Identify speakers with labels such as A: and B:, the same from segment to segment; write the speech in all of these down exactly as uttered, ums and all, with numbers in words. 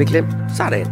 A: Beklemt. Sådan.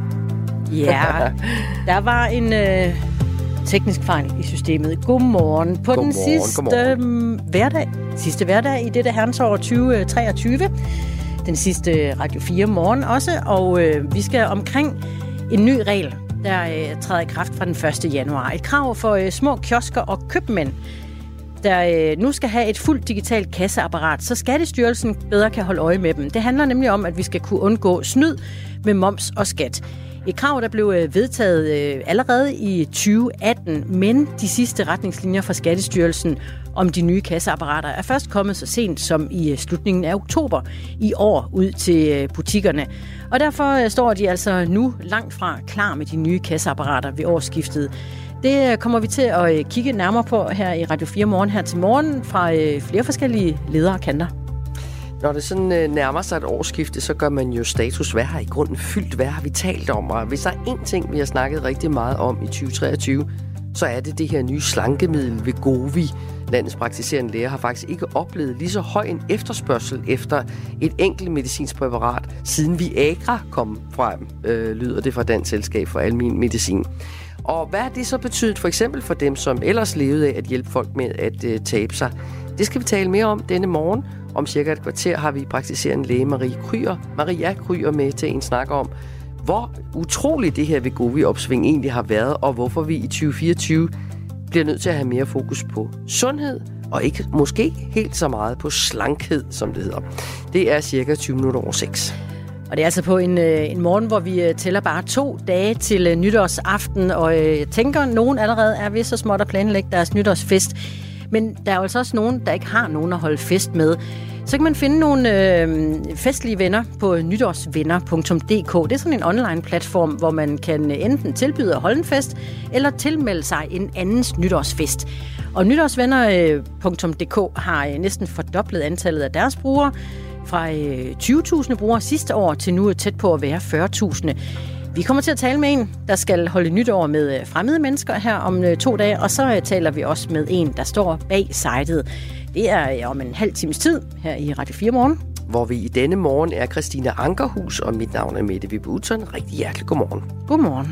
B: Ja, der var en øh, teknisk fejl i systemet. Godmorgen. På
A: Godmorgen,
B: den sidste
A: godmorgen.
B: hverdag, sidste hverdag i dette herrensår tyve treogtyve. Den sidste Radio fire morgen også, og øh, vi skal omkring en ny regel, der øh, træder i kraft fra den første januar. Et krav for øh, små kiosker og købmænd, der øh, nu skal have et fuldt digitalt kasseapparat, så Skattestyrelsen bedre kan holde øje med dem. Det handler nemlig om, at vi skal kunne undgå snyd med moms og skat. Et krav, der blev øh, vedtaget øh, allerede i tyve atten, men de sidste retningslinjer fra Skattestyrelsen om de nye kasseapparater er først kommet så sent som i øh, slutningen af oktober i år ud til øh, butikkerne. Og derfor øh, står de altså nu langt fra klar med de nye kasseapparater ved årsskiftet. Det kommer vi til at kigge nærmere på her i Radio fire Morgen her til morgen fra flere forskellige ledere og kanter.
A: Når det sådan øh, nærmer sig et årsskifte, så gør man jo status. Hvad har i grunden fyldt? Hvad har vi talt om? Og hvis der er én ting, vi har snakket rigtig meget om i tyve treogtyve, så er det det her nye slankemiddel Wegovy. Landets praktiserende læger har faktisk ikke oplevet lige så høj en efterspørgsel efter et enkelt medicinsk præparat, siden Viagra kom frem, øh, lyder det fra Dansk Selskab for Almen Medicin. Og hvad har det så betydet for eksempel for dem, som ellers levede af at hjælpe folk med at øh, tabe sig? Det skal vi tale mere om denne morgen. Om cirka et kvarter har vi praktiserende læge Marie Kryer, Maria Kryer med til en snak om, hvor utroligt det her Wegovy-opsving egentlig har været, og hvorfor vi i tyve fireogtyve bliver nødt til at have mere fokus på sundhed, og ikke måske helt så meget på slankhed, som det hedder. Det er cirka tyve minutter over seks.
B: Og det er altså på en, en morgen, hvor vi tæller bare to dage til nytårsaften, og jeg tænker, at nogen allerede er ved så småt at planlægge deres nytårsfest. Men der er jo altså også nogen, der ikke har nogen at holde fest med. Så kan man finde nogle øh, festlige venner på nytårsvenner punktum d k. Det er sådan en online-platform, hvor man kan enten tilbyde at holde en fest, eller tilmelde sig en andens nytårsfest. Og nytårsvenner punktum d k har næsten fordoblet antallet af deres brugere, fra tyve tusind brugere sidste år til nu er tæt på at være fyrre tusind. Vi kommer til at tale med en, der skal holde nytår med fremmede mennesker her om to dage, og så taler vi også med en, der står bag sitet. Det er om en halv times tid her i Radio fire Morgen.
A: Hvor vi i denne morgen er Christina Ankerhus, og mit navn er Mette Vibe Utzon. Rigtig hjertelig godmorgen.
B: Godmorgen.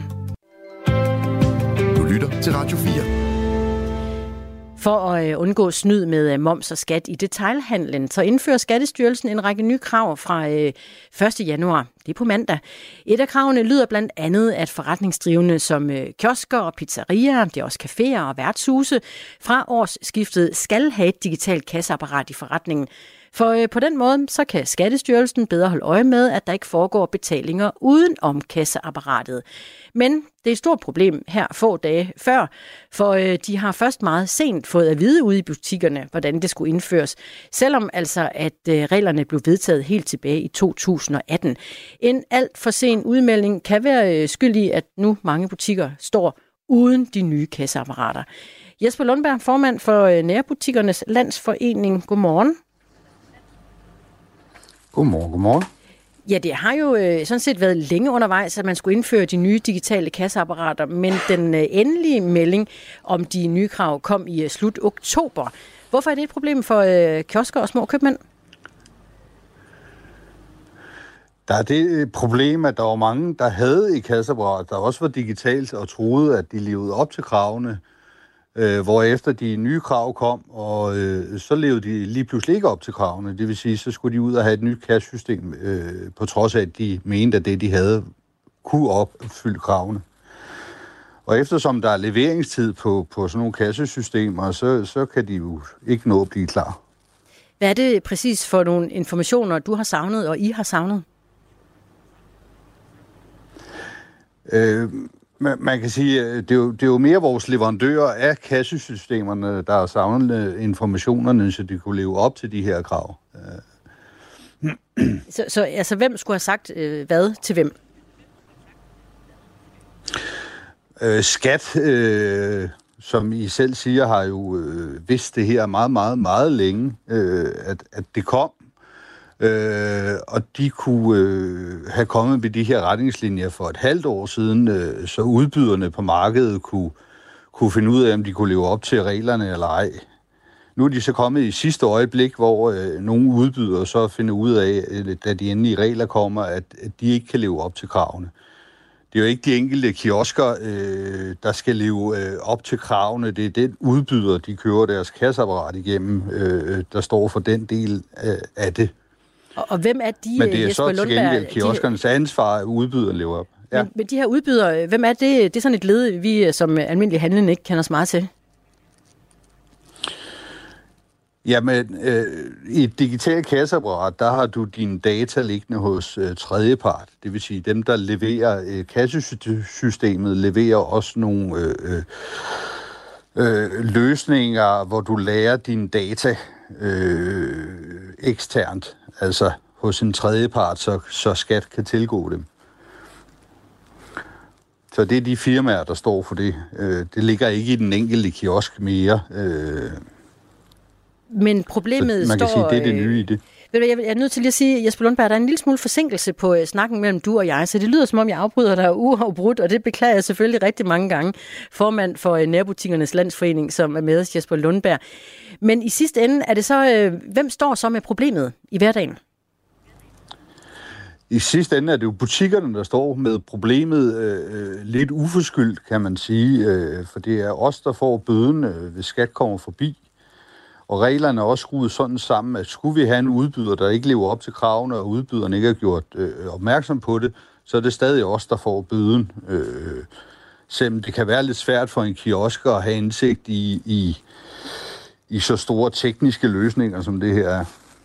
C: Du lytter til Radio fire.
B: For at undgå snyd med moms og skat i detailhandlen, så indfører Skattestyrelsen en række nye krav fra første januar. Det er på mandag. Et af kravene lyder blandt andet, at forretningsdrivende som kiosker og pizzerier, det er også caféer og værtshuse, fra årsskiftet skal have et digitalt kasseapparat i forretningen. For på den måde, så kan Skattestyrelsen bedre holde øje med, at der ikke foregår betalinger uden om kasseapparatet. Men det er et stort problem her få dage før, for de har først meget sent fået at vide ude i butikkerne, hvordan det skulle indføres, selvom altså, at reglerne blev vedtaget helt tilbage i to tusind atten. En alt for sen udmelding kan være skyld i, at nu mange butikker står uden de nye kasseapparater. Jesper Lundberg, formand for Nærbutikkernes Landsforening. Godmorgen.
D: Godmorgen, godmorgen.
B: Ja, det har jo øh, sådan set været længe undervejs, at man skulle indføre de nye digitale kasseapparater, men den øh, endelige melding om de nye krav kom i øh, slut oktober. Hvorfor er det et problem for øh, kiosker og små købmænd?
D: Der er det problem, at der var mange, der havde et kasseapparat, der også var digitalt og troede, at de levede op til kravene. Øh, hvorefter de nye krav kom, og øh, så levede de lige pludselig ikke op til kravene. Det vil sige, så skulle de ud og have et nyt kassesystem, øh, på trods af, at de mente, at det, de havde, kunne opfylde kravene. Og eftersom der er leveringstid på, på sådan nogle kassesystemer, så, så kan de jo ikke nå at blive klar.
B: Hvad er det præcis for nogle informationer, du har savnet, og I har savnet?
D: Øh, Man, man kan sige, at det er, jo, det er jo mere vores leverandører af kassesystemerne, der har savnet informationerne, så de kunne leve op til de her krav.
B: Så, så altså, hvem skulle have sagt øh, hvad til hvem?
D: Øh, skat, øh, som I selv siger, har jo øh, vidst det her meget, meget, meget længe, øh, at, at det kom. Øh, og de kunne øh, have kommet med de her retningslinjer for et halvt år siden, øh, så udbyderne på markedet kunne, kunne finde ud af, om de kunne leve op til reglerne eller ej. Nu er de så kommet i sidste øjeblik, hvor øh, nogle udbydere så finder ud af, da de endelige regler kommer, at, at de ikke kan leve op til kravene. Det er jo ikke de enkelte kiosker, øh, der skal leve øh, op til kravene. Det er den udbyder, de kører deres kasseapparat igennem, øh, der står for den del øh, af det.
B: Og, og hvem er de,
D: Men det er
B: Jesper
D: så
B: Lundberg,
D: til gengæld kioskernes
B: de...
D: ansvar, at udbyderen lever op. Ja.
B: Men, men de her udbydere, hvem er det? Det er sådan et led, vi som almindelige handlende ikke kender så meget til.
D: Jamen, øh, i et digitalt kasseapparat, der har du dine data liggende hos øh, tredjepart. Det vil sige, dem, der leverer øh, kassesystemet, leverer også nogle øh, øh, løsninger, hvor du lærer dine data øh, eksternt, altså hos en tredjepart, så, så skat kan tilgå dem. Så det er de firmaer, der står for det. Øh, det ligger ikke i den enkelte kiosk mere. Øh,
B: Men problemet
D: man kan
B: står...
D: sige, det er det nye i det.
B: Jeg er nødt til lige at sige, Jesper Lundberg, der er en lille smule forsinkelse på snakken mellem du og jeg, så det lyder som om, jeg afbryder dig uafbrudt, og det beklager jeg selvfølgelig rigtig mange gange. Formand for Nærbutikkernes Landsforening, som er med os, Jesper Lundberg. Men i sidste ende, er det så, hvem står så med problemet i hverdagen?
D: I sidste ende er det jo butikkerne, der står med problemet øh, lidt uforskyldt, kan man sige, øh, for det er os, der får bøden, øh, hvis skat kommer forbi. Og reglerne er også skruet sådan sammen, at skulle vi have en udbyder, der ikke lever op til kravene, og udbyderen ikke har gjort øh, opmærksom på det, så er det stadig os, der får bøden. Øh, selvom det kan være lidt svært for en kiosk at have indsigt i, i, i så store tekniske løsninger, som det her er.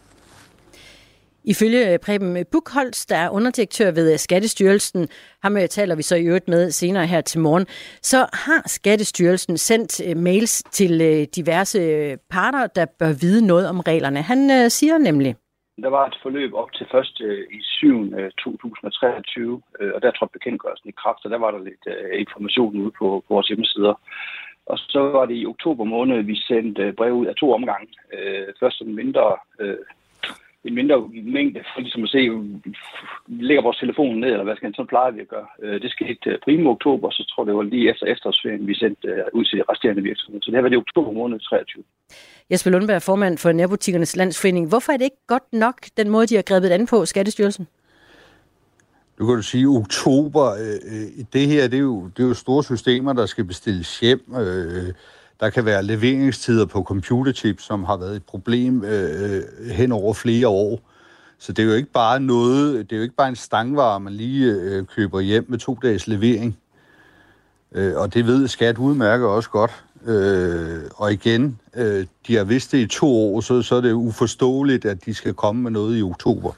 B: Ifølge Preben Buchholz, der er underdirektør ved Skattestyrelsen, ham taler vi så i øvrigt med senere her til morgen, så har Skattestyrelsen sendt mails til diverse parter, der bør vide noget om reglerne. Han siger nemlig:
E: Der var et forløb op til først i syvende to tusind og treogtyve, og der trådte bekendtgørelsen i kraft, og der var der lidt information ude på, på vores hjemmesider. Og så var det i oktober måned, vi sendte brev ud af to omgange. Først som mindre... en mindre mængde, for ligesom at se, vi lægger vores telefon ned, eller hvad skal man, sådan plejer vi at gøre. Det skete primo oktober, så tror jeg, det var lige efter efterårsferien, vi sendte ud til resterende virksomheder. Så det her var det oktober måned treogtyve. Jesper
B: Lundberg, formand for Nærbutikkernes Landsforening. Hvorfor er det ikke godt nok, den måde, de har grebet an på, Skattestyrelsen?
D: Nu kan du sige, oktober, øh, det her, det er, jo, det er jo store systemer, der skal bestilles hjem. Øh, Der kan være leveringstider på computerchips, som har været et problem øh, hen over flere år. Så det er jo ikke bare noget, det er jo ikke bare en stangvare, man lige øh, køber hjem med to dages levering. Øh, og det ved Skat udmærker også godt. Øh, og igen, øh, de har vidst det i to år, så, så er det uforståeligt, at de skal komme med noget i oktober.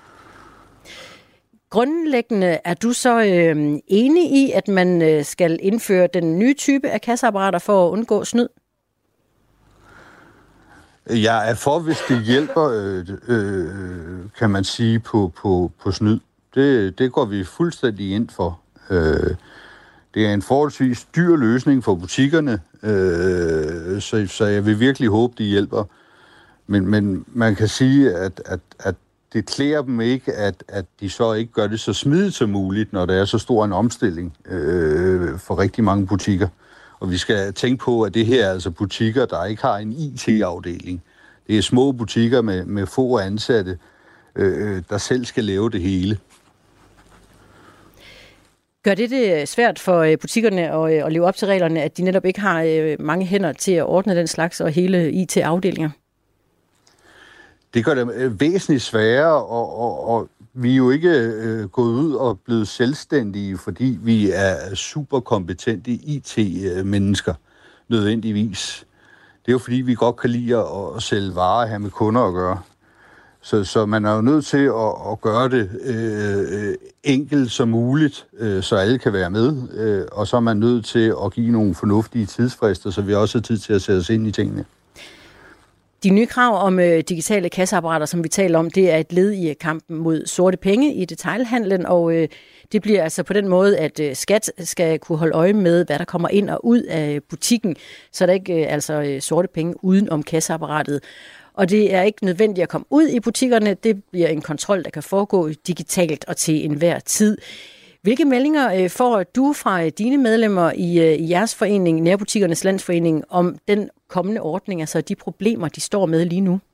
B: Grundlæggende er du så øh, enig i, at man øh, skal indføre den nye type af kasseapparater for at undgå snyd?
D: Jeg er for, hvis det hjælper, øh, øh, kan man sige, på, på, på snyd. Det, det går vi fuldstændig ind for. Øh, det er en forholdsvis dyr løsning for butikkerne, øh, så, så jeg vil virkelig håbe, det hjælper. Men, men man kan sige, at, at, at det klæder dem ikke, at, at de så ikke gør det så smidigt som muligt, når der er så stor en omstilling øh, for rigtig mange butikker. Og vi skal tænke på, at det her er altså butikker, der ikke har en I T-afdeling. Det er små butikker med, med få ansatte, øh, der selv skal lave det hele.
B: Gør det det svært for butikkerne at, at leve op til reglerne, at de netop ikke har mange hænder til at ordne den slags og hele I T-afdelinger?
D: Det gør det væsentligt sværere, og, og, og vi er jo ikke øh, gået ud og blevet selvstændige, fordi vi er super kompetente I T-mennesker, nødvendigvis. Det er jo fordi, vi godt kan lide at, at sælge varer og have med kunder at gøre. Så, så man er jo nødt til at, at gøre det øh, enkelt som muligt, øh, så alle kan være med. Øh, og så er man nødt til at give nogle fornuftige tidsfrister, så vi også har tid til at sætte os ind i tingene.
B: De nye krav om øh, digitale kasseapparater, som vi taler om, det er et led i kampen mod sorte penge i detailhandlen, og øh, det bliver altså på den måde, at øh, Skat skal kunne holde øje med, hvad der kommer ind og ud af butikken, så der ikke øh, altså øh, sorte penge uden om kasseapparatet. Og det er ikke nødvendigt at komme ud i butikkerne, det bliver en kontrol, der kan foregå digitalt og til enhver tid. Hvilke meldinger øh, får du fra øh, dine medlemmer i, øh, i jeres forening, Nærbutikkernes Landsforening, om den kommende ordning, altså de problemer, de står med lige nu?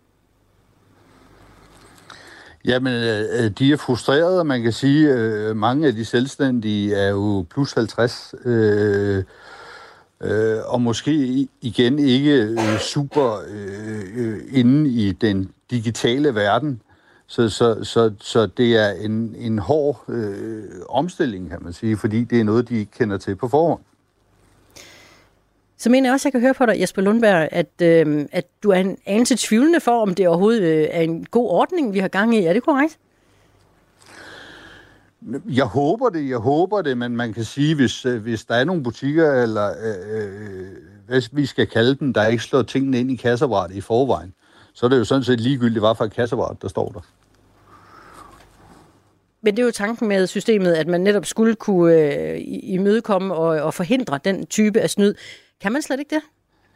D: Jamen, de er frustrerede, man kan sige, at mange af de selvstændige er jo plus halvtreds, øh, øh, og måske igen ikke super øh, inde i den digitale verden. Så, så, så, så det er en, en hård øh, omstilling, kan man sige, fordi det er noget, de ikke kender til på forhånd.
B: Så mener jeg også, at jeg kan høre på dig, Jesper Lundberg, at, øh, at du er en anelse tvivlende for, om det overhovedet øh, er en god ordning, vi har gang i. Er det korrekt?
D: Jeg håber det, jeg håber det, men man kan sige, hvis, hvis der er nogle butikker, eller øh, hvad vi skal kalde dem, der ikke slår tingene ind i kasseapparatet i forvejen, så er det jo sådan set ligegyldigt, hvad for et kasseapparat, der står der.
B: Men det er jo tanken med systemet, at man netop skulle kunne øh, imødekomme og, og forhindre den type af snyd. Kan man slet ikke det?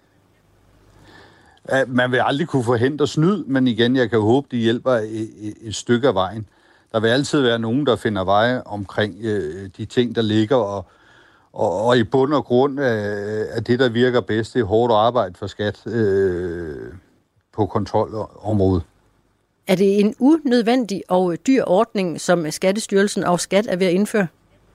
D: Ja, man vil aldrig kunne forhindre snyd, men igen, jeg kan håbe, det hjælper et, et stykke af vejen. Der vil altid være nogen, der finder veje omkring øh, de ting, der ligger, og, og, og i bund og grund af, af det, der virker bedst, det er hårdt arbejde for skat øh, på kontrolområdet.
B: Er det en unødvendig og dyr ordning, som Skattestyrelsen og Skat er ved at indføre?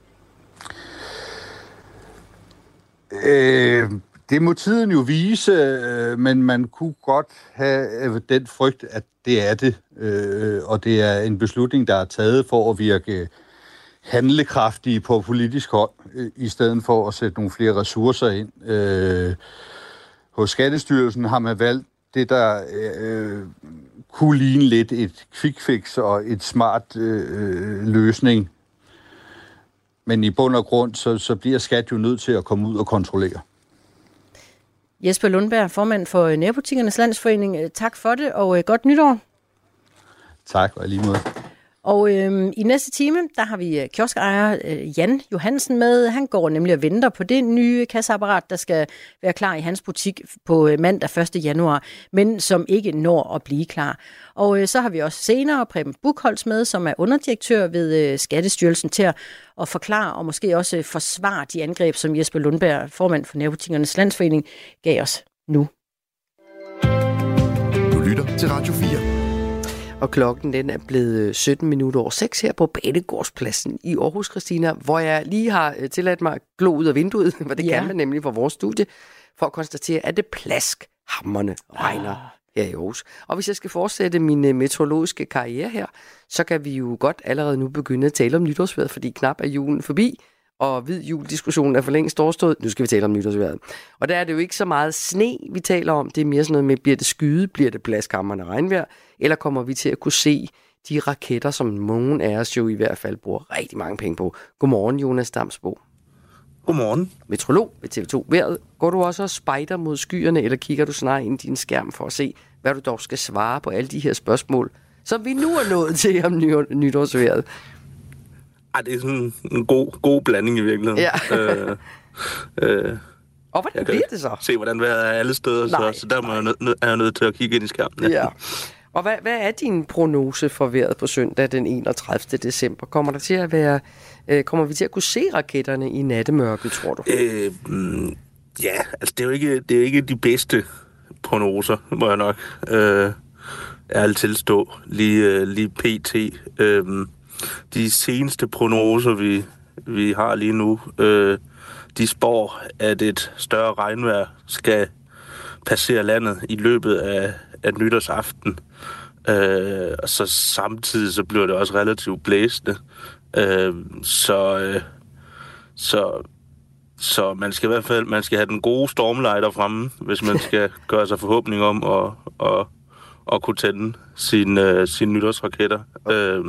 D: Øh, det må tiden jo vise, øh, men man kunne godt have den frygt, at det er det. Øh, og det er en beslutning, der er taget for at virke handlekraftige på politisk hold, øh, i stedet for at sætte nogle flere ressourcer ind. Øh, hos Skattestyrelsen har man valgt det, der øh, kunne ligne lidt et quick fix og et smart øh, løsning. Men i bund og grund, så, så bliver Skat jo nødt til at komme ud og kontrollere.
B: Jesper Lundberg, formand for Nærbutikkernes Landsforening. Tak for det, og godt nytår.
D: Tak, og lige måde.
B: Og øhm, i næste time, der har vi kioskejer øh, Jan Johansen med. Han går nemlig og venter på det nye kasseapparat, der skal være klar i hans butik på øh, mandag første januar, men som ikke når at blive klar. Og øh, så har vi også senere Preben Buchholz med, som er underdirektør ved øh, Skattestyrelsen, til at, at forklare og måske også øh, forsvare de angreb, som Jesper Lundberg, formand for Nærbutikkernes Landsforening, gav os nu.
C: Du lytter til Radio fire.
A: Og klokken den er blevet sytten minutter over seks her på Banegårdspladsen i Aarhus, Christina, hvor jeg lige har tilladt mig at glo ud af vinduet, for det ja. kan man nemlig fra vores studie, for at konstatere, at det plaskhamrende regner ah. her i Aarhus. Og hvis jeg skal fortsætte min meteorologiske karriere her, så kan vi jo godt allerede nu begynde at tale om nytårsvejret, fordi knap er julen forbi, og hvid jul-diskussionen er for længst overstået. Nu skal vi tale om nytårsvejret. Og der er det jo ikke så meget sne, vi taler om. Det er mere sådan noget med, bliver det skyde, bliver det plaskhamrende regnvejr, eller kommer vi til at kunne se de raketter, som nogen af os jo i hvert fald bruger rigtig mange penge på. Godmorgen, Jonas Damsbo.
F: Godmorgen.
A: Meteorolog ved T V to Vejret. Går du også og spejder mod skyerne, eller kigger du snart ind i din skærm for at se, hvad du dog skal svare på alle de her spørgsmål, som vi nu er nået til om nytårsvejret?
F: Ej, det er sådan en god, god blanding i virkeligheden.
A: Ja.
F: øh, øh,
A: og hvordan bliver det så?
F: Se, hvordan vejret er alle steder, nej, så, så der må jeg nød, er jeg nødt til at kigge ind i skærmen.
A: Ja. Og hvad, hvad er din prognose for vejret på søndag den enogtredivte december? Kommer der til at være, øh, kommer vi til at kunne se raketterne i nattemørket, tror du?
F: Øh, mm, ja, altså det er jo ikke, det er ikke de bedste prognoser, må jeg nok øh, ærligt tilstå, lige, øh, lige pt. Øh, De seneste prognoser, vi, vi har lige nu, øh, de spår, at et større regnvejr skal passere landet i løbet af, af nytårsaften. Øh, og så samtidig så bliver det også relativt blæsende. Øh, så, øh, så, så man skal i hvert fald man skal have den gode stormlighter fremme, hvis man skal gøre sig forhåbning om at, at, at kunne tænde sine, sine nytårsraketter. Øh,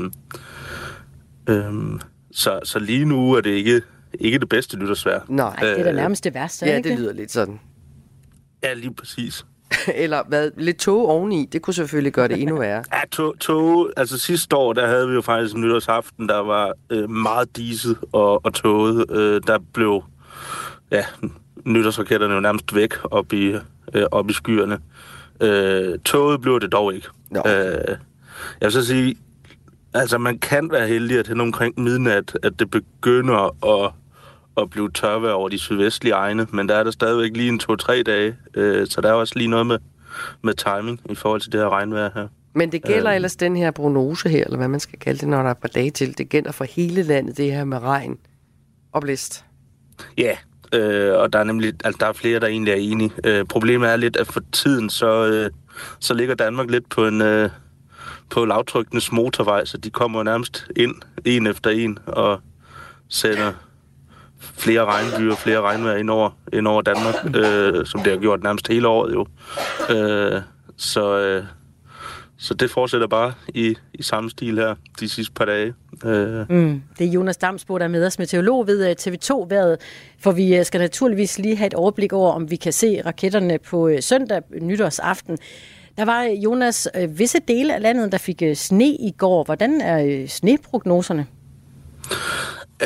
F: Øhm, så, så lige nu er det ikke, ikke det bedste nytårsvejr.
A: Nej,
B: det er da nærmest det værste,
A: ja,
B: ikke?
A: det lyder lidt sådan.
F: Ja, lige præcis.
A: Eller hvad, lidt tåge oveni, det kunne selvfølgelig gøre det endnu værre.
F: Ja, tåge, tåge, altså sidste år, der havde vi jo faktisk en nytårsaften, der var øh, meget diset og, og tåget. Øh, der blev ja, nytårsraketterne jo nærmest væk op i, øh, op i skyerne. Øh, tåget blev det dog ikke. Øh, jeg vil så sige, Altså, man kan være heldig, at hen omkring midnat, at det begynder at, at blive tørvejr over de sydvestlige egne, men der er der stadigvæk lige en to-tre dage, øh, så der er også lige noget med, med timing i forhold til det her regnvejr her.
A: Men det gælder
F: øh,
A: ellers den her prognose her, eller hvad man skal kalde det, når der er et par dage til. Det gælder for hele landet, det her med regn og blæst.
F: Ja, øh, og der er nemlig altså, der er flere, der egentlig er enige. Øh, problemet er lidt, at for tiden, så, øh, så ligger Danmark lidt på en... Øh, på lavtrykkenes motorvej, så de kommer nærmest ind, en efter en, og sender flere regnbyer, flere regnvejr ind over, ind over Danmark, øh, som det har gjort nærmest hele året jo. Øh, så, øh, så det fortsætter bare i, i samme stil her de sidste par dage. Øh.
B: Mm, det er Jonas Damsbo, der er med os, meteorolog ved T V to-vejret, for vi skal naturligvis lige have et overblik over, om vi kan se raketterne på søndag nytårsaften. Der var, Jonas, visse dele af landet, der fik sne i går. Hvordan er sneprognoserne?
F: Øh,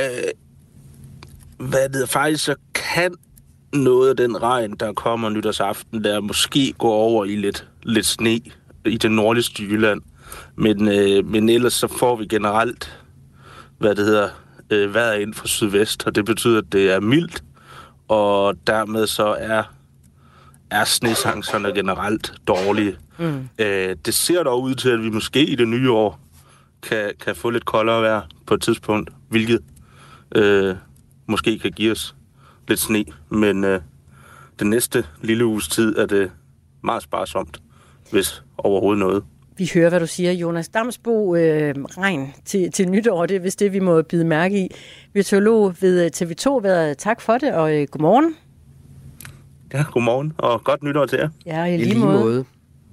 F: hvad det faktisk så kan noget af den regn, der kommer nytårsaften, der måske går over i lidt, lidt sne i det nordligste Jylland. Men, øh, men ellers så får vi generelt, hvad det hedder, øh, vejr ind fra sydvest, og det betyder, at det er mildt, og dermed så er er snechancerne generelt dårlige. Mm. Øh, det ser dog ud til, at vi måske i det nye år kan, kan få lidt koldere vejr på et tidspunkt, hvilket øh, måske kan give os lidt sne. Men øh, den næste lille uges tid er det meget sparsomt, hvis overhovedet noget.
B: Vi hører, hvad du siger, Jonas Damsbo. Øh, regn til, til nytår, det er vist det, vi må bide mærke i. Meteorolog ved T V to. Tak for det, og øh, godmorgen.
F: Ja, godmorgen, og godt nytår til jer.
B: Ja, i lige, I lige måde. måde.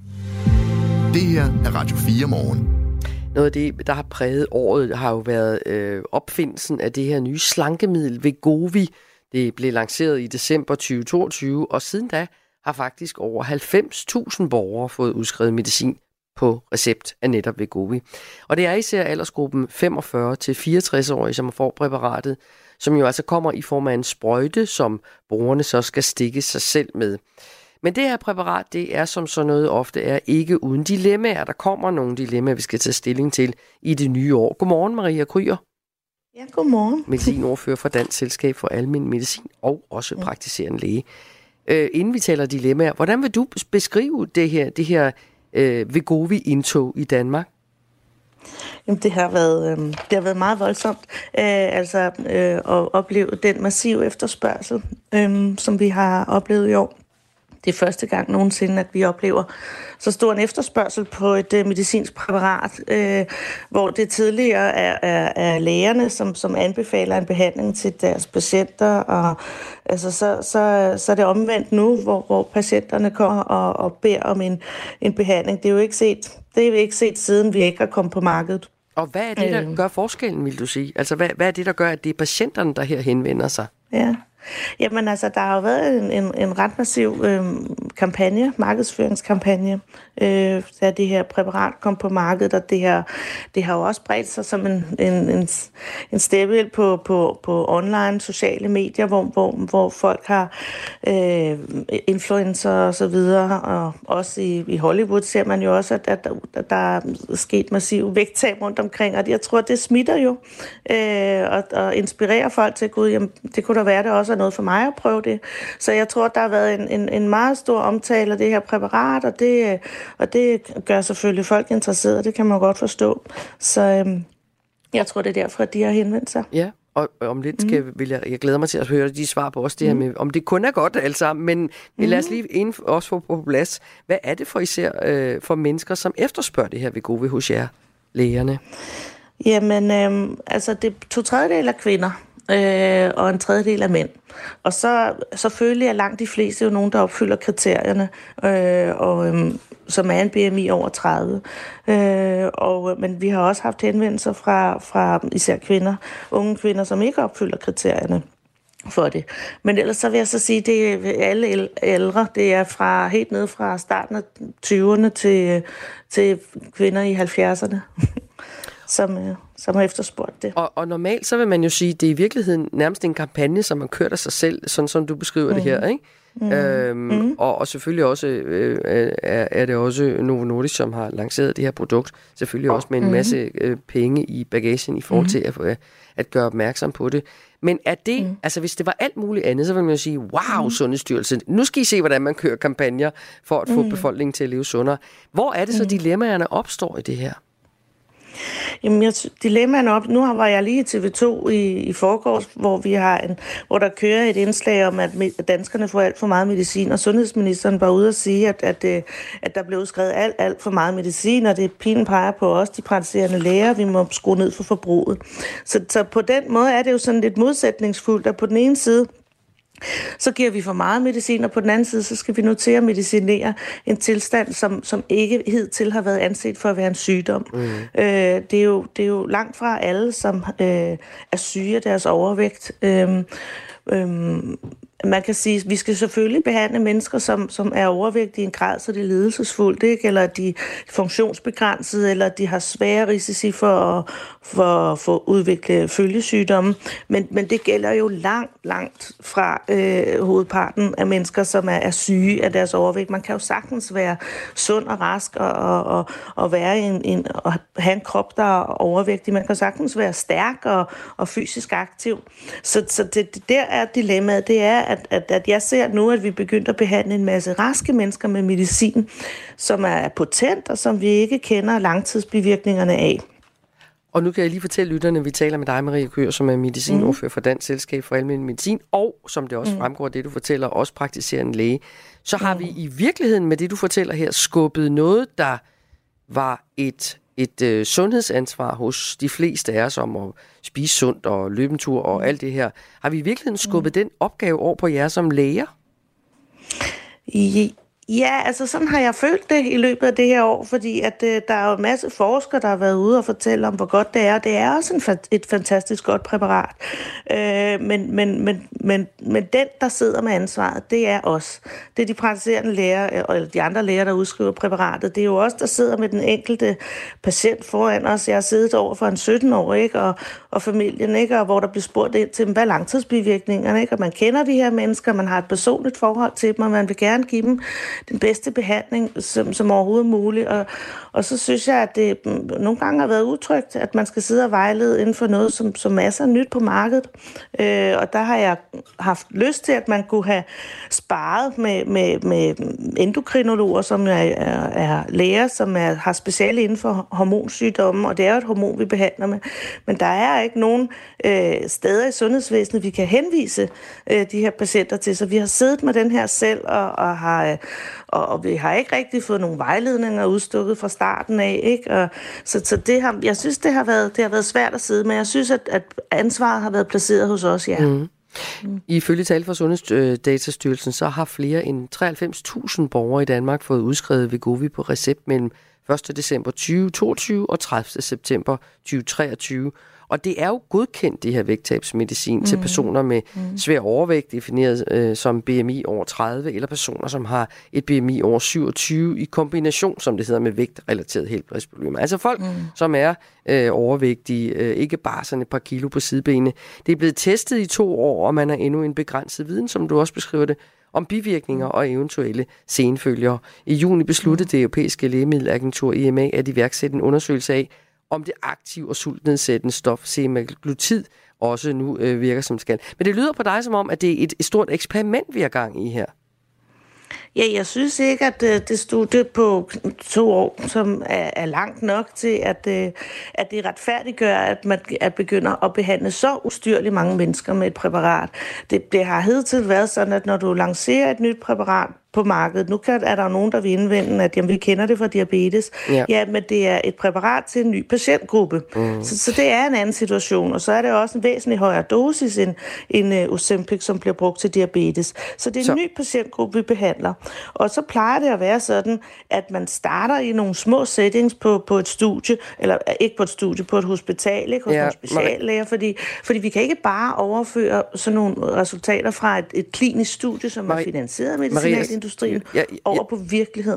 C: Det her er Radio fire Morgen.
A: Noget af det, der har præget året, har jo været øh, opfindelsen af det her nye slankemiddel Wegovy. Det blev lanceret i december tyve toogtyve, og siden da har faktisk over halvfems tusind borgere fået udskrevet medicin på recept af netop Wegovy. Og det er især aldersgruppen femogfyrre til fireogtres-årige, som får præparatet, som jo altså kommer i form af en sprøjte, som brugerne så skal stikke sig selv med. Men det her præparat, det er som så noget ofte er ikke uden dilemmaer. Der kommer nogle dilemmaer, vi skal tage stilling til i det nye år. Godmorgen, Maria Kryer.
G: Ja, godmorgen.
A: Medicinordfører for Dansk Selskab for Almen Medicin og også praktiserende læge. Øh, inden vi taler dilemmaer, hvordan vil du beskrive det her, det her øh, Wegovy-indtog i Danmark?
G: Jamen, det har været, øh, det har været meget voldsomt, øh, altså øh, at opleve den massive efterspørgsel, øh, som vi har oplevet i år. Det er første gang nogensinde, at vi oplever så stor en efterspørgsel på et øh, medicinsk præparat, øh, hvor det tidligere er, er, er lægerne, som, som anbefaler en behandling til deres patienter, og altså, så, så, så er det omvendt nu, hvor, hvor patienterne kommer og, og beder om en, en behandling. Det er jo ikke set, det er jo ikke set siden vi ikke har kommet på markedet.
A: Og hvad er det, der gør forskellen, vil du sige? Altså, hvad, hvad er det, der gør, at det er patienterne, der her henvender sig?
G: Ja. Jamen altså, der har jo været en, en, en ret massiv øh, kampagne, markedsføringskampagne, øh, da det her præparat kom på markedet, og det her, det har jo også bredt sig som en, en, en, en steppehild på, på, på online sociale medier, hvor, hvor, hvor folk har øh, influencer og så videre, og også i, i Hollywood ser man jo også, at, at, at der er sket massiv vægttab rundt omkring, og jeg tror, det smitter jo, øh, og, og inspirerer folk til, gud, jamen, det kunne da være, det også er noget for mig at prøve det. Så jeg tror, der har været en, en, en meget stor omtale af det her præparat, og det, og det gør selvfølgelig folk interesserede, det kan man godt forstå. Så øhm, jeg tror, det er derfor, at de har henvendt sig.
A: Ja, og om lidt skal, mm. vil jeg, jeg glæder mig til at høre de svar på også det mm. her med, om det kun er godt alt sammen, men mm. lad os lige inden også få på plads. Hvad er det for især øh, for mennesker, som efterspørger det her Wegovy hos jer, lægerne?
G: Jamen, øhm, altså det er to tredjedel af kvinder, Øh, og en tredjedel af mænd. Og så selvfølgelig er langt de fleste jo nogen, der opfylder kriterierne, øh, og, øh, som er en B M I over tredive. Øh, og, men vi har også haft henvendelser fra, fra især kvinder, unge kvinder, som ikke opfylder kriterierne for det. Men ellers så vil jeg så sige, at det er alle ældre. Det er fra helt ned fra starten af tyverne til, til kvinder i halvfjerdserne. som, øh, som har efterspurgt det.
A: Og, og normalt så vil man jo sige, at det er i virkeligheden nærmest en kampagne, som man kører af sig selv, sådan som du beskriver mm. det her, ikke? Mm. Øhm, mm. Og, og selvfølgelig også øh, er, er det også Novo Nordisk, som har lanceret det her produkt, selvfølgelig også med en mm. masse øh, penge i bagagen i forhold til at, at gøre opmærksom på det. Men er det, mm. altså hvis det var alt muligt andet, så ville man jo sige, wow, mm. Sundhedsstyrelsen, nu skal I se, hvordan man kører kampagner for at få mm. befolkningen til at leve sundere. Hvor er det så, mm. dilemmaerne opstår i det her?
G: Jamen, jeg, dilemmaerne op. Nu var jeg lige i T V to i, i forgårs, hvor vi har en, hvor der kører et indslag om, at danskerne får alt for meget medicin, og sundhedsministeren var ude at sige, at, at, at der blev udskrevet alt, alt for meget medicin, og det pinen peger på os, de praktiserende læger, vi må skrue ned for forbruget. Så, så på den måde er det jo sådan lidt modsætningsfuldt, at på den ene side, så giver vi for meget medicin, og på den anden side, så skal vi nu til at medicinere en tilstand, som, som ikke hidtil har været anset for at være en sygdom. Mm. Øh, det, er jo, det er jo langt fra alle, som øh, er syge af deres overvægt. Øh, øh, Man kan sige, at vi skal selvfølgelig behandle mennesker, som, som er overvægtige i en grad, så det er lidelsesfuldt, ikke? Eller de er funktionsbegrænsede, eller de har svære risici for at for, for udvikle følgesygdomme. Men, men det gælder jo langt, langt fra øh, hovedparten af mennesker, som er, er syge af deres overvægt. Man kan jo sagtens være sund og rask og, og, og, og, være en, en, og have en krop, der er overvægtig. Man kan sagtens være stærk og, og fysisk aktiv. Så, så det, det der er dilemmaet, det er, At, at, at jeg ser nu, at vi begynder at behandle en masse raske mennesker med medicin, som er potent, og som vi ikke kender langtidsbivirkningerne af.
A: Og nu kan jeg lige fortælle lytterne, at vi taler med dig, Marie Køhr, som er medicinordfører for Dansk Selskab for Almen Medicin, og som det også mm. fremgår af det, du fortæller, også praktiserende læge. Så har mm. vi i virkeligheden med det, du fortæller her, skubbet noget, der var et, et øh, sundhedsansvar hos de fleste af os om at spise sundt og løbe en tur og alt det her. Har vi i virkeligheden skubbet mm. den opgave over på jer som læger?
G: I Ja, altså sådan har jeg følt det i løbet af det her år, fordi at øh, der er jo en masse forskere, der har været ude og fortælle om, hvor godt det er. Det er også en, et fantastisk godt præparat. Øh, men, men, men, men, men den, der sidder med ansvaret, det er os. Det er de praktiserende læger, eller de andre læger, der udskriver præparatet. Det er jo os, der sidder med den enkelte patient foran os. Jeg har siddet over for en sytten-årig, ikke? Og, og familien, ikke? Og hvor der bliver spurgt ind til, hvad er langtidsbivirkningerne, ikke? Og man kender de her mennesker, man har et personligt forhold til dem, og man vil gerne give dem den bedste behandling, som, som overhovedet muligt. Og, og så synes jeg, at det nogle gange har været utrygt, at man skal sidde og vejlede inden for noget, som, som masser af nyt på markedet. Øh, og der har jeg haft lyst til, at man kunne have sparet med, med, med endokrinologer, som er, er, er læger, som er, har speciale inden for hormonsygdomme, og det er jo et hormon, vi behandler med. Men der er ikke nogen øh, steder i sundhedsvæsenet, vi kan henvise øh, de her patienter til. Så vi har siddet med den her selv, og, og har... Øh, Og, og vi har ikke rigtig fået nogle vejledninger udstukket fra starten af, ikke? Og, så så det har, jeg synes, det har, været, det har været svært at sidde med. Jeg synes, at, at ansvaret har været placeret hos os, ja. Mm.
A: Mm. Ifølge tal fra Sundhedsdatastyrelsen, så har flere end treoghalvfems tusind borgere i Danmark fået udskrevet Wegovy på recept mellem første december tyve toogtyve og tredivte september tyve treogtyve. Og det er jo godkendt, det her vægttabsmedicin, mm. til personer med mm. svær overvægt, defineret øh, som B M I over tredive, eller personer, som har et B M I over syvogtyve, i kombination, som det hedder, med vægtrelaterede helbredsproblemer. Altså folk, mm. som er øh, overvægtige, øh, ikke bare sådan et par kilo på sidebenene. Det er blevet testet i to år, og man har endnu en begrænset viden, som du også beskriver det, om bivirkninger og eventuelle senfølger. I juni besluttede det europæiske lægemiddelagentur E M A at iværksætte en undersøgelse af, om det aktive og sultnedsættende stof semaglutid også nu øh, virker som skal. Men det lyder på dig som om, at det er et, et stort eksperiment, vi er gang i her.
G: Ja, jeg synes ikke, at det studie på to år, som er, er langt nok til, at, at det retfærdiggør, at man at begynder at behandle så ustyrligt mange mennesker med et præparat. Det, det har hidtil været sådan, at når du lancerer et nyt præparat på markedet. Nu kan, er der nogen, der vil indvende, at jamen, vi kender det fra diabetes. Ja. ja, men det er et præparat til en ny patientgruppe. Mm. Så, så det er en anden situation. Og så er det også en væsentlig højere dosis end, end uh, Ozempic, som bliver brugt til diabetes. Så det er en så. ny patientgruppe, vi behandler. Og så plejer det at være sådan, at man starter i nogle små settings på, på et studie, eller ikke på et studie, på et hospital, ikke hos ja, nogle speciallæger, fordi, fordi vi kan ikke bare overføre sådan nogle resultater fra et, et klinisk studie, som Marie, er finansieret af medicinalindustrien, ja, ja, over på virkeligheden.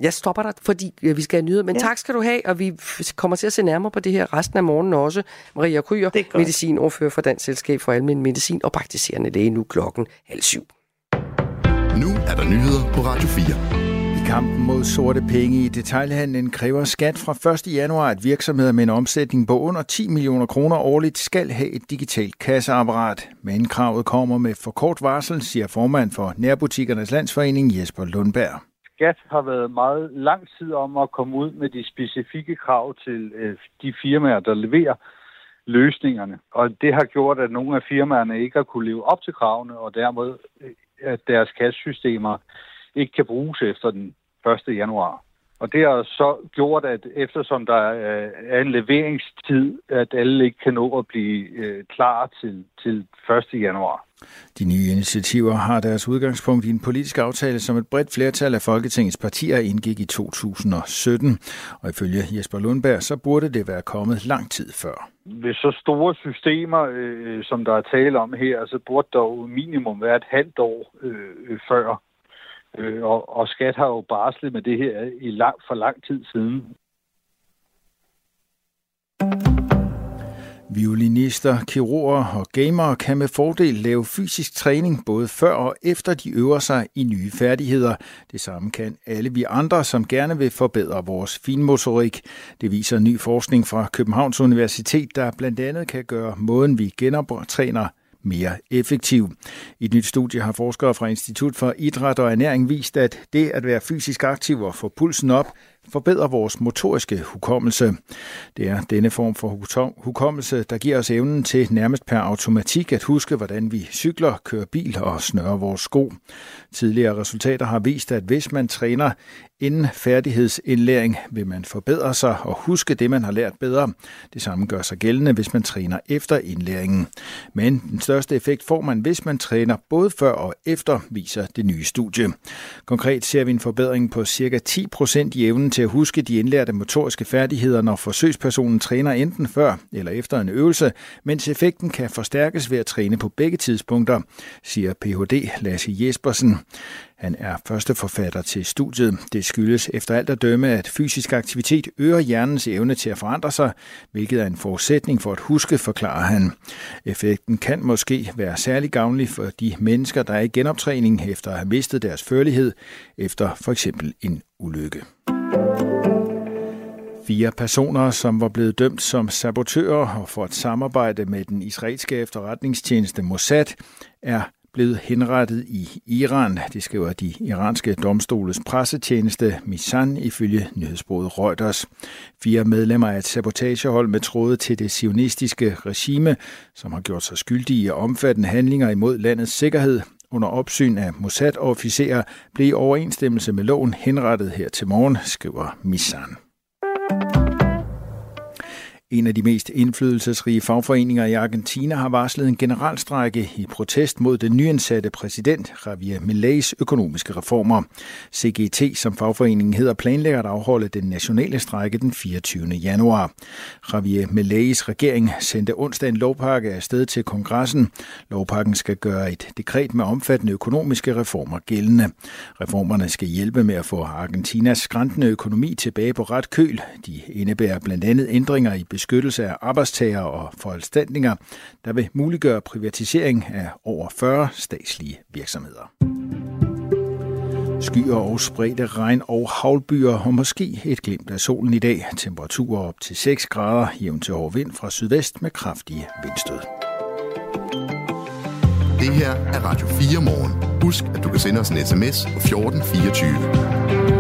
A: Jeg stopper dig, fordi vi skal have nyheder. Men ja. tak skal du have, og vi kommer til at se nærmere på det her resten af morgenen også. Maria Krüger, medicinordfører for Dansk Selskab for Almen Medicin og praktiserende læge, nu klokken halv syv.
C: Nu er der nyheder på Radio fire.
H: I kampen mod sorte penge i detailhandlen kræver skat fra første januar, at virksomheder med en omsætning på under ti millioner kroner årligt skal have et digitalt kasseapparat. Men kravet kommer med for kort varsel, siger formand for Nærbutikkernes Landsforening Jesper Lundberg.
D: Skat har været meget lang tid om at komme ud med de specifikke krav til øh, de firmaer, der leverer løsningerne. Og det har gjort, at nogle af firmaerne ikke har kunne leve op til kravene, og dermed at deres kassesystemer ikke kan bruges efter den første januar. Og det har så gjort, at eftersom der er en leveringstid, at alle ikke kan nå at blive klar til, til første januar.
H: De nye initiativer har deres udgangspunkt i en politisk aftale, som et bredt flertal af Folketingets partier indgik i to tusind og sytten. Og ifølge Jesper Lundberg, så burde det være kommet lang tid før.
D: Ved så store systemer, øh, som der er tale om her, så burde der jo minimum være et halvt år øh, før. Øh, og, og skat har jo barslet med det her i lang, for lang tid siden.
H: Violinister, kirurger og gamere kan med fordel lave fysisk træning både før og efter de øver sig i nye færdigheder. Det samme kan alle vi andre, som gerne vil forbedre vores finmotorik. Det viser ny forskning fra Københavns Universitet, der blandt andet kan gøre måden, vi genoptræner mere effektiv. I et nyt studie har forskere fra Institut for Idræt og Ernæring vist, at det at være fysisk aktiv og få pulsen op forbedrer vores motoriske hukommelse. Det er denne form for hukommelse, der giver os evnen til nærmest per automatik at huske, hvordan vi cykler, kører bil og snører vores sko. Tidligere resultater har vist, at hvis man træner inden færdighedsindlæring, vil man forbedre sig og huske det, man har lært bedre. Det samme gør sig gældende, hvis man træner efter indlæringen. Men den største effekt får man, hvis man træner både før og efter, viser det nye studie. Konkret ser vi en forbedring på ca. ti procent i evnen til at huske de indlærte motoriske færdigheder, når forsøgspersonen træner enten før eller efter en øvelse, mens effekten kan forstærkes ved at træne på begge tidspunkter, siger P H D Lasse Jespersen. Han er første forfatter til studiet. Det skyldes efter alt at dømme, at fysisk aktivitet øger hjernens evne til at forandre sig, hvilket er en forudsætning for at huske, forklarer han. Effekten kan måske være særlig gavnlig for de mennesker, der er i genoptræning efter at have mistet deres førlighed efter for eksempel en ulykke. Fire personer, som var blevet dømt som sabotører og for at samarbejde med den israelske efterretningstjeneste Mossad, er blevet henrettet i Iran. Det skriver de iranske domstoles pressetjeneste Misan ifølge nyhedsbureauet Reuters. Fire medlemmer af et sabotagehold med tråde til det zionistiske regime, som har gjort sig skyldige i omfattende handlinger imod landets sikkerhed, under opsyn af Mossad-officerer, blev i overensstemmelse med loven henrettet her til morgen, skriver Misan. En af de mest indflydelsesrige fagforeninger i Argentina har varslet en generalstrejke i protest mod den nyansatte præsident Javier Mileis økonomiske reformer. C G T, som fagforeningen hedder, planlægger at afholde den nationale strejke den fireogtyvende januar. Javier Mileis regering sendte onsdag en lovpakke afsted til kongressen. Lovpakken skal gøre et dekret med omfattende økonomiske reformer gældende. Reformerne skal hjælpe med at få Argentinas skrantende økonomi tilbage på ret køl. De indebærer blandt andet ændringer i beskyttelse af arbejdstagere og foranstaltninger, der vil muliggøre privatisering af over fyrre statslige virksomheder. Skyer og spredte regn- og havlbyer og måske et glimt af solen i dag. Temperaturer op til seks grader, jævn til hård vind fra sydvest med kraftige vindstød.
C: Det her er Radio fire morgen. Husk, at du kan sende os en sms på fjorten fireogtyve.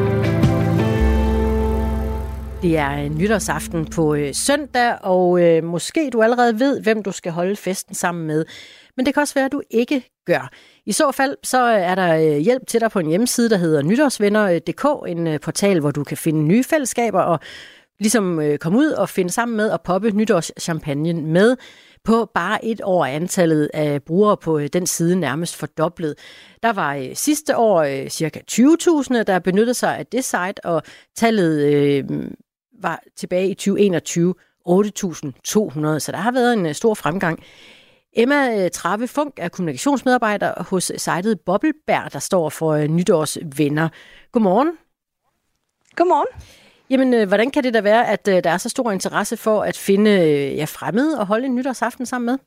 B: Det er nytårsaften på øh, søndag, og øh, måske du allerede ved, hvem du skal holde festen sammen med. Men det kan også være, at du ikke gør. I så fald så er der øh, hjælp til dig på en hjemmeside, der hedder nytårsvenner punktum d k, en øh, portal, hvor du kan finde nye fællesskaber og ligesom øh, komme ud og finde sammen med og poppe nytårschampagnen med. På bare et år er antallet af brugere på øh, den side nærmest fordoblet. Der var øh, sidste år øh, ca. tyve tusind, der benyttede sig af det site, og tallet øh, var tilbage i tyve enogtyve otte tusind to hundrede, så der har været en stor fremgang. Emma Trave Funk er kommunikationsmedarbejder hos sitet Bobbelberg, der står for nytårsvenner. Godmorgen.
I: Godmorgen.
B: Jamen, øh, hvordan kan det da være, at øh, der er så stor interesse for at finde øh, ja, fremmede og holde en nytårsaften sammen med?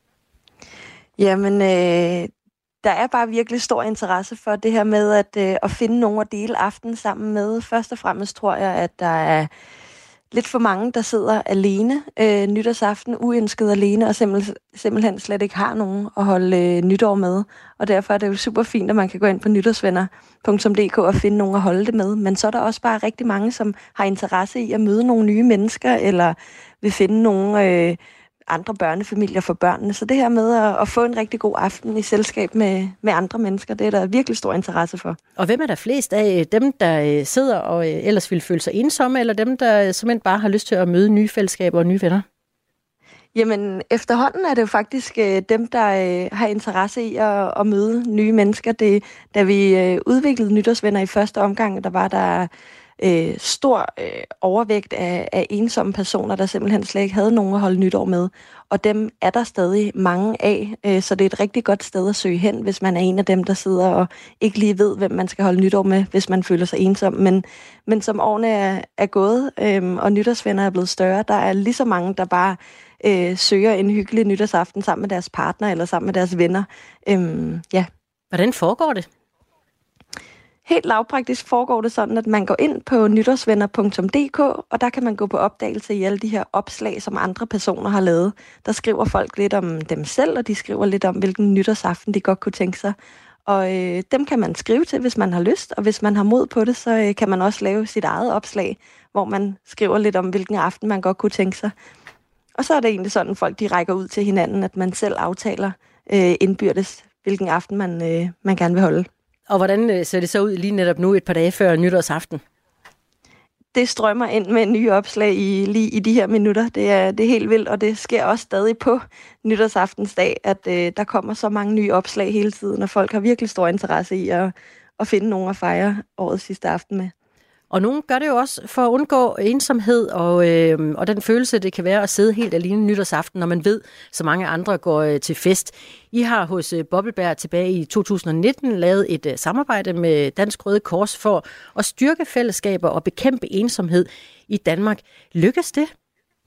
I: Jamen, øh, der er bare virkelig stor interesse for det her med at, øh, at finde nogen at dele aftenen sammen med. Først og fremmest tror jeg, at der er lidt for mange, der sidder alene øh, nytårsaften, uønsket alene, og simpel, simpelthen slet ikke har nogen at holde øh, nytår med. Og derfor er det jo super fint, at man kan gå ind på nytårsvenner punktum d k og finde nogen at holde det med. Men så er der også bare rigtig mange, som har interesse i at møde nogle nye mennesker, eller vil finde nogle øh, andre børnefamilier for børnene. Så det her med at, at få en rigtig god aften i selskab med, med andre mennesker, det er der virkelig stor interesse for.
B: Og hvem er der flest af? Dem, der sidder og ellers vil føle sig ensomme, eller dem, der simpelthen bare har lyst til at møde nye fællesskaber og nye venner?
I: Jamen, efterhånden er det jo faktisk øh, dem, der øh, har interesse i at, at møde nye mennesker. Det, da vi øh, udviklede nytårsvenner i første omgang, der var der øh, stor øh, overvægt af, af ensomme personer, der simpelthen slet ikke havde nogen at holde nytår med. Og dem er der stadig mange af, øh, så det er et rigtig godt sted at søge hen, hvis man er en af dem, der sidder og ikke lige ved, hvem man skal holde nytår med, hvis man føler sig ensom. Men, men som årene er, er gået, øh, og nytårsvenner er blevet større, der er lige så mange, der bare øh, søger en hyggelig nytårsaften sammen med deres partner eller sammen med deres venner. Øhm, ja.
B: Hvordan foregår det?
I: Helt lavpraktisk foregår det sådan, at man går ind på nytårsvenner punktum d k, og der kan man gå på opdagelse i alle de her opslag, som andre personer har lavet. Der skriver folk lidt om dem selv, og de skriver lidt om, hvilken nytårsaften de godt kunne tænke sig. Og øh, dem kan man skrive til, hvis man har lyst, og hvis man har mod på det, så øh, kan man også lave sit eget opslag, hvor man skriver lidt om, hvilken aften man godt kunne tænke sig. Og så er det egentlig sådan, folk de rækker ud til hinanden, at man selv aftaler øh, indbyrdes, hvilken aften man, øh, man gerne vil holde.
B: Og hvordan ser det så ud lige netop nu, et par dage før nytårsaften?
I: Det strømmer ind med nye opslag i, lige i de her minutter. Det er, det er helt vildt, og det sker også stadig på nytårsaftens dag, at øh, der kommer så mange nye opslag hele tiden, og folk har virkelig stor interesse i at, at finde nogen at fejre årets sidste aften med.
B: Og nogen gør det jo også for at undgå ensomhed og, øh, og den følelse, det kan være at sidde helt alene nytårsaften, når man ved, så mange andre går øh, til fest. I har hos øh, Bobbelberg tilbage i to tusind nitten lavet et øh, samarbejde med Dansk Røde Kors for at styrke fællesskaber og bekæmpe ensomhed i Danmark. Lykkes det?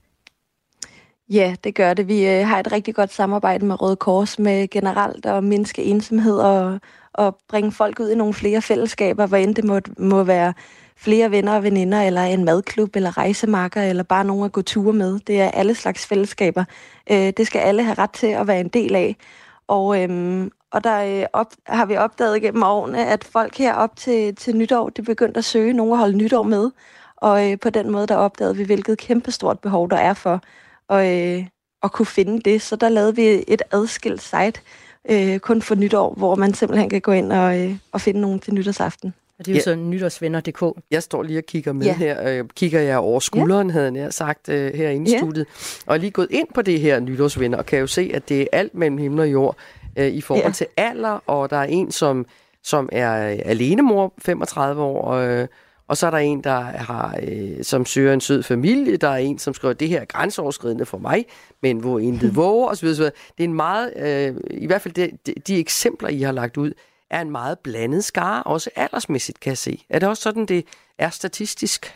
I: Ja, det gør det. Vi øh, har et rigtig godt samarbejde med Røde Kors med generelt at mindske ensomhed og, og bringe folk ud i nogle flere fællesskaber, hvor end det må, må være flere venner og veninder, eller en madklub, eller rejsemarker, eller bare nogen at gå ture med. Det er alle slags fællesskaber. Øh, det skal alle have ret til at være en del af. Og, øhm, og der øh, op, har vi opdaget gennem årene, at folk her op til, til nytår, de begyndte at søge nogen at holde nytår med. Og øh, på den måde, der opdagede vi, hvilket kæmpestort behov der er for at, øh, at kunne finde det. Så der lavede vi et adskilt site, øh, kun for nytår, hvor man simpelthen kan gå ind og, øh, og finde nogen til nytårsaften.
B: Og det er jo ja. så nytårsvenner punktum d k.
A: Jeg står lige og kigger med
I: ja.
A: her. Øh, kigger jeg over skulderen, ja. havde jeg sagt, øh, herinde i
I: ja.
A: studiet. Og er lige gået ind på det her nytårsvenner, og kan jo se, at det er alt mellem himmel og jord øh, i forhold ja. til alder. Og der er en, som, som er alenemor, femogtredive år, øh, og så er der en, der har, øh, som søger en sød familie. Der er en, som skriver, det her er grænseoverskridende for mig, men hvor intet våger osv. Det er en meget, øh, i hvert fald de, de, de eksempler, I har lagt ud, er en meget blandet skare, også aldersmæssigt, kan jeg se. Er det også sådan, det er statistisk?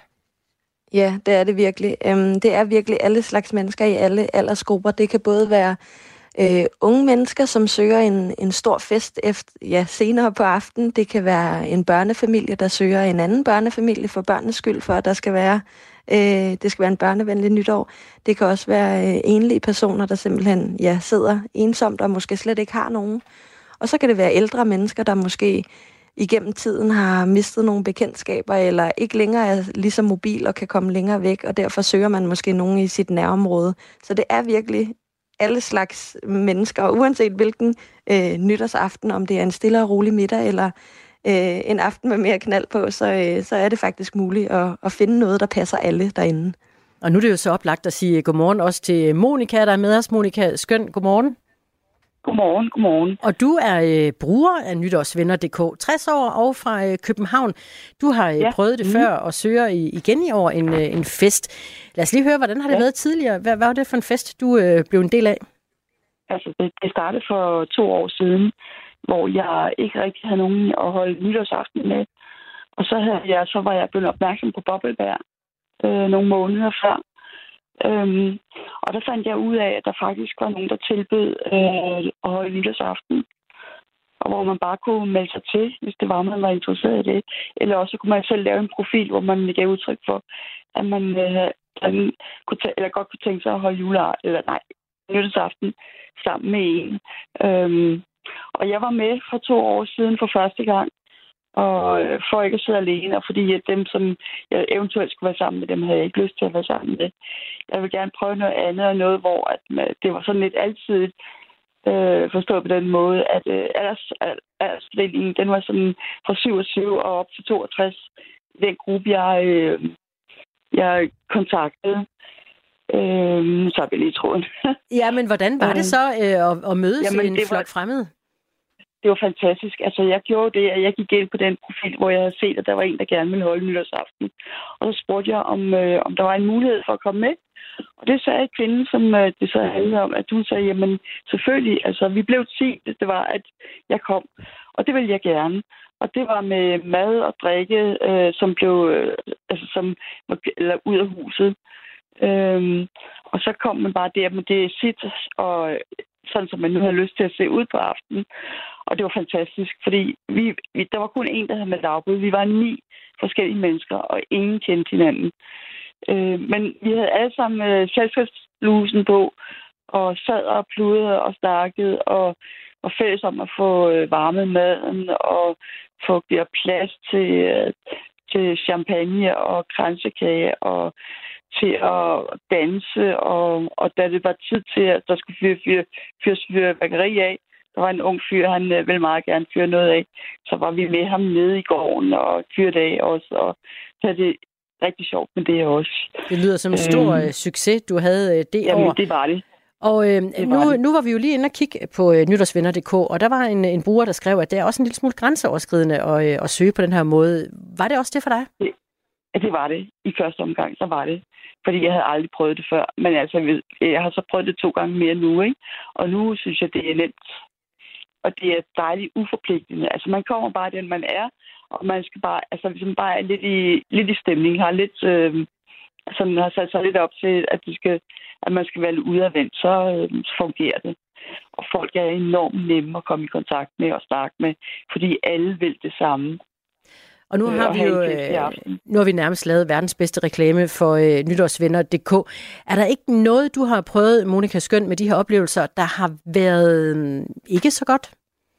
I: Ja, det er det virkelig. Øhm, det er virkelig alle slags mennesker i alle aldersgrupper. Det kan både være øh, unge mennesker, som søger en, en stor fest efter, ja, senere på aftenen. Det kan være en børnefamilie, der søger en anden børnefamilie for børnenes skyld, for at der skal være, øh, det skal være en børnevenlig nytår. Det kan også være øh, enlige personer, der simpelthen ja, sidder ensomt og måske slet ikke har nogen. Og så kan det være ældre mennesker, der måske igennem tiden har mistet nogle bekendtskaber, eller ikke længere er lige så mobil og kan komme længere væk, og derfor søger man måske nogen i sit nærområde. Så det er virkelig alle slags mennesker, uanset hvilken øh, nytårsaften, om det er en stille og rolig middag, eller øh, en aften med mere knald på, så, øh, så er det faktisk muligt at, at finde noget, der passer alle derinde.
B: Og nu er det jo så oplagt at sige godmorgen også til Monika, der er med os. Monika Skøn, godmorgen.
J: Godmorgen, godmorgen.
B: Og du er øh, bruger af nytårsvenner punktum d k, tres år og fra øh, København. Du har øh, ja. prøvet det mm. før og søger i, igen i år en, øh, en fest. Lad os lige høre, hvordan har det ja. været tidligere? Hvad, hvad var det for en fest, du øh, blev en del af?
J: Altså, det, det startede for to år siden, hvor jeg ikke rigtig havde nogen at holde nytårsaften med. Og så, havde jeg, så var jeg blevet opmærksom på Bobbelberg øh, nogle måneder før. Øhm, og der fandt jeg ud af, at der faktisk var nogen, der tilbød øh, at holde nytårsaften. Og hvor man bare kunne melde sig til, hvis det var, man var interesseret i det. Eller også kunne man selv lave en profil, hvor man gav udtryk for, at man øh, kunne tæ- eller godt kunne tænke sig at holde juleaften, eller nej, nytårsaften sammen med en. Øhm, og jeg var med for to år siden for første gang, og øh, for ikke at sidde alene, og fordi at dem, som jeg eventuelt skulle være sammen med, dem havde jeg ikke lyst til at være sammen med. Jeg vil gerne prøve noget andet, og noget, hvor at, det var sådan lidt altid øh, forstået på den måde, at øh, alders, aldersfordelingen, den var sådan fra syvogtyve og op til toogtres. Den gruppe, jeg, øh, jeg kontaktede. Øh, så har vi lige troen.
B: Ja, men hvordan var det så øh, at, at mødes
J: Jamen,
B: en
J: det
B: flok
J: var,
B: fremmede?
J: Det var fantastisk. Altså, jeg gjorde det, at jeg gik ind på den profil, hvor jeg havde set, at der var en, der gerne ville holde nytårsaften. Og så spurgte jeg, om, øh, om der var en mulighed for at komme med. Og det sagde kvinden, som øh, det så handlede om, at hun sagde, jamen selvfølgelig, altså vi blev ti, hvis det var, at jeg kom. Og det ville jeg gerne. Og det var med mad og drikke, øh, som blev øh, altså, som, eller ud af huset. Øhm, og så kom man bare der med det sit, og sådan som man nu havde lyst til at se ud på aftenen. Og det var fantastisk, fordi vi, vi, der var kun en, der havde med dagbud. Vi var ni forskellige mennesker, og ingen kendte hinanden. Øh, men vi havde alle sammen øh, selskabsblusen på, og sad og pludrede og snakkede, og var fælles om at få øh, varmet maden, og få gjort plads til, øh, til champagne og kransekage, og til at danse, og, og da det var tid til, at der skulle fyre, fyre, fyre, fyre fyrværkeri af, der var en ung fyr, han øh, ville meget gerne fyre noget af, så var vi med ham nede i gården og fyrede af også, og så er det rigtig sjovt med det også.
B: Det lyder som en stor øhm, succes, du havde øh, det
J: jamen,
B: år.
J: det var det.
B: Og øh, det nu, var det. nu var vi jo lige inde og kigge på øh, nytårsvenner punktum d k, og der var en, en bruger, der skrev, at det er også en lille smule grænseoverskridende at, øh, at søge på den her måde. Var det også det for dig?
J: Det, ja, det var det. I første omgang, så var det. Fordi jeg havde aldrig prøvet det før. Men altså, jeg har så prøvet det to gange mere nu, ikke? Og nu synes jeg, det er nemt. Og det er dejligt uforpligtende. Altså, man kommer bare den, man er, og man skal bare, altså, hvis man bare er lidt i, lidt i stemning, har lidt, øh, altså, man har sat sig lidt op til, at, det skal, at man skal være lidt udadvendt, så, øh, så fungerer det. Og folk er enormt nemme at komme i kontakt med og snakke med, fordi alle vil det samme.
B: Og nu har, øh, vi jo, øh, nu har vi nærmest lavet verdens bedste reklame for øh, nytårsvenner punktum d k. Er der ikke noget, du har prøvet, Monica Skøn, med de her oplevelser, der har været øh, ikke så godt?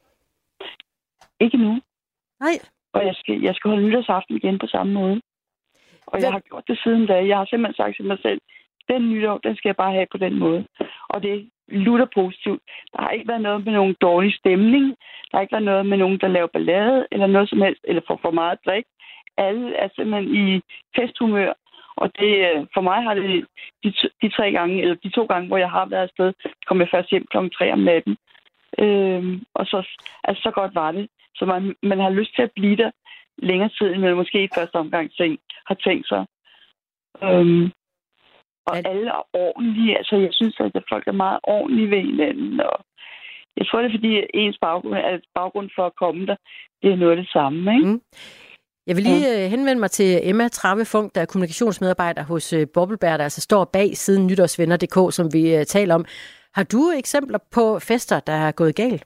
J: Ikke nu.
B: Nej.
J: Og jeg skal, jeg skal holde nytårsaften igen på samme måde. Og Hvem? jeg har gjort det siden da. Jeg har simpelthen sagt til mig selv, den nytår, den skal jeg bare have på den måde. Og det lutter positivt. Der har ikke været noget med nogen dårlig stemning. Der har ikke været noget med nogen, der laver ballade, eller noget som helst, eller får for meget drik. Alle er simpelthen i festhumør. Og det, for mig har det de, de tre gange, eller de to gange, hvor jeg har været afsted, kom jeg først hjem klokken tre om natten. Øhm, og så, altså, så godt var det. Så man, man har lyst til at blive der længere tid, end man måske i første omgang tænkt, har tænkt sig. Øhm, og ja. Alle er ordentlige. Altså, jeg synes, at folk er meget ordentlige ved hinanden. Og jeg tror, det er, fordi ens baggrund, altså, baggrund for at komme der, det er noget af det samme, ikke? Mm.
B: Jeg vil lige ja. henvende mig til Emma Trave Funk, der er kommunikationsmedarbejder hos Bobbelberg, der altså står bag siden nytårsvenner punktum d k, som vi taler om. Har du eksempler på fester, der er gået galt?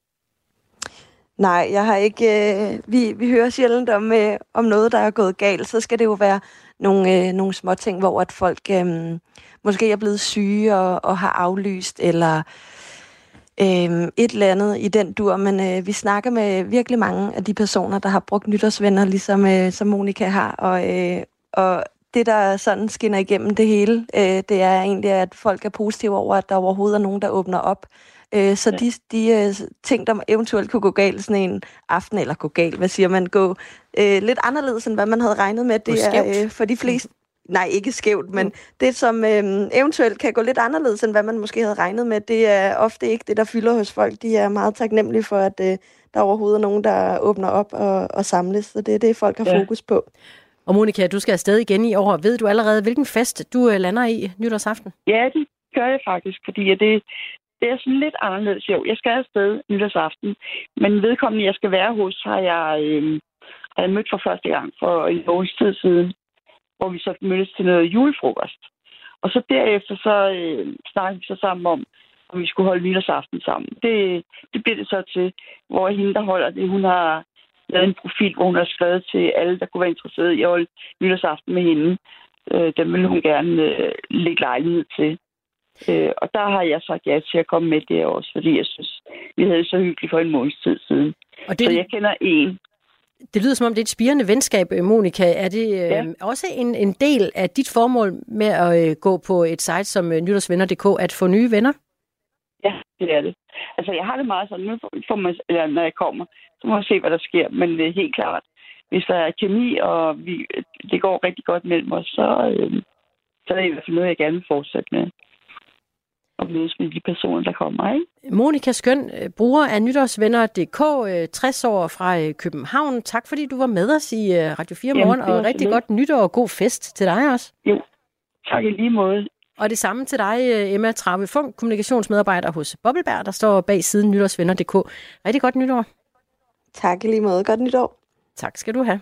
I: Nej, jeg har ikke. Øh, vi, vi hører sjældent om, øh, om noget, der er gået galt. Så skal det jo være nogle, øh, nogle små ting, hvor at folk øh, måske er blevet syge og, og har aflyst, eller øh, et eller andet i den dur. Men øh, vi snakker med virkelig mange af de personer, der har brugt nytårsvenner, ligesom øh, som Monica har. Og, øh, og det, der sådan skinner igennem det hele, øh, det er egentlig, at folk er positive over, at der overhovedet er nogen, der åbner op. Øh, så ja. de, de uh, ting, der eventuelt kunne gå galt sådan en aften, eller gå galt, hvad siger man, gå øh, lidt anderledes, end hvad man havde regnet med, det er øh, for de fleste, nej, ikke skævt, men mm. det, som øh, eventuelt kan gå lidt anderledes, end hvad man måske havde regnet med, det er ofte ikke det, der fylder hos folk. De er meget taknemmelige for, at øh, der overhovedet er nogen, der åbner op og, og samles, så det er det, folk har ja. fokus på.
B: Og Monica, du skal afsted igen i år. Ved du allerede, hvilken fest du øh, lander i nytårsaften?
J: Ja, det gør jeg faktisk, fordi det Det er sådan lidt anderledes. Jo, jeg skal afsted nytårsaften, men vedkommende, jeg skal være hos, har jeg, øh, havde mødt for første gang for en års tid siden, hvor vi så mødtes til noget julefrokost. Og så derefter så øh, snakkede vi så sammen om, om vi skulle holde nytårsaften sammen. Det, det bliver det så til, hvor hende, der holder det, hun har lavet en profil, hvor hun har skrevet til alle, der kunne være interesseret i at holde nytårsaften med hende. Øh, den ville hun gerne øh, lægge lejlighed til. Øh, og der har jeg sagt ja til at komme med det også, fordi jeg synes, vi havde det så hyggeligt for en måneds tid siden. Og det, så jeg kender en.
B: Det lyder som om, det er et spirende venskab, Monika. Er det øh, ja. også en, en del af dit formål med at øh, gå på et site som øh, nytårsvenner punktum d k, at få nye venner?
J: Ja, det er det. Altså, jeg har det meget sådan, nu får man, eller når jeg kommer, så må jeg se, hvad der sker. Men det er helt klart, hvis der er kemi, og vi, det går rigtig godt mellem os, så, øh, så er det i hvert fald noget, jeg gerne vil fortsætte med. Og mødes med de personer, der kommer, ikke?
B: Monika Skøn, bruger af nytårsvenner punktum d k, tres år fra København. Tak, fordi du var med os i Radio fire Morgen, og rigtig godt nytår og god fest til dig også.
J: Jo, tak i lige måde.
B: Og det samme til dig, Emma Trave Funk, kommunikationsmedarbejder hos Bobbelberg, der står bag siden nytårsvenner punktum d k. Rigtig godt nytår.
I: Tak i lige måde. Godt nytår.
B: Tak skal du have.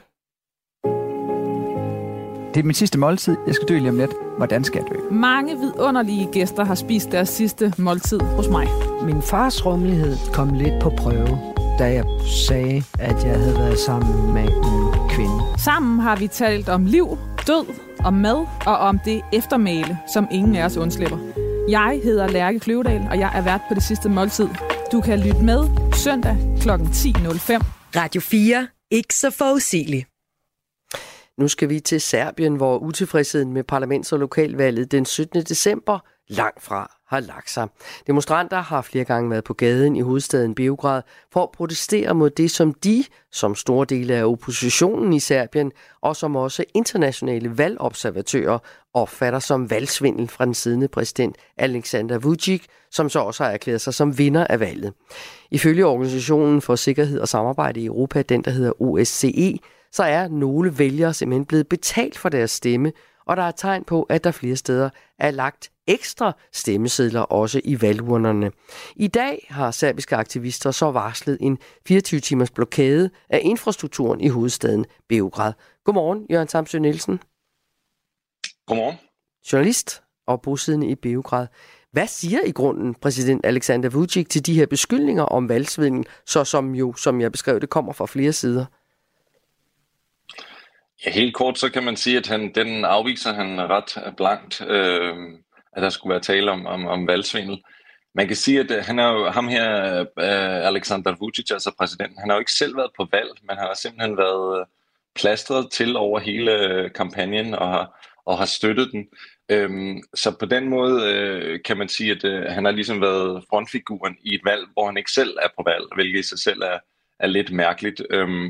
K: Det er min sidste måltid. Jeg skal dø lige om lidt. Hvordan skal jeg dø?
L: Mange vidunderlige gæster har spist deres sidste måltid hos mig.
M: Min fars rummelighed kom lidt på prøve, da jeg sagde, at jeg havde været sammen med en kvinde.
L: Sammen har vi talt om liv, død, om mad og om det eftermæle, som ingen af os undslipper. Jeg hedder Lærke Kløvedal, og jeg er vært på Det Sidste Måltid. Du kan lytte med søndag klokken ti nul fem.
N: Radio fire. Ikke så forudsigeligt.
A: Nu skal vi til Serbien, hvor utilfredsheden med parlaments- og lokalvalget den syttende december langt fra har lagt sig. Demonstranter har flere gange været på gaden i hovedstaden Beograd for at protestere mod det, som de, som store dele af oppositionen i Serbien, og som også internationale valgobservatører, opfatter som valgsvindel fra den siddende præsident Aleksandar Vučić, som så også har erklæret sig som vinder af valget. Ifølge Organisationen for Sikkerhed og Samarbejde i Europa, den der hedder O S C E, så er nogle vælgere simpelthen blevet betalt for deres stemme, og der er tegn på, at der flere steder er lagt ekstra stemmesedler også i valgurnerne. I dag har serbiske aktivister så varslet en fireogtyve timers blokade af infrastrukturen i hovedstaden Beograd. Godmorgen, Jørgen Samsø Nielsen.
O: Godmorgen.
A: Journalist og bosiddende i Beograd. Hvad siger i grunden præsident Aleksandar Vučić til de her beskyldninger om valgsvindel, så som jo, som jeg beskrev det, kommer fra flere sider?
O: Ja, helt kort, så kan man sige, at han, den afviser han ret blankt, øh, at der skulle være tale om, om, om valgsvindel. Man kan sige, at han er jo, ham her, øh, Aleksandar Vučić, altså præsidenten, han har jo ikke selv været på valg, men han har simpelthen været plastret til over hele kampagnen og har, og har støttet den. Øhm, så på den måde øh, kan man sige, at øh, han har ligesom været frontfiguren i et valg, hvor han ikke selv er på valg, hvilket i sig selv er, er lidt mærkeligt. Øhm,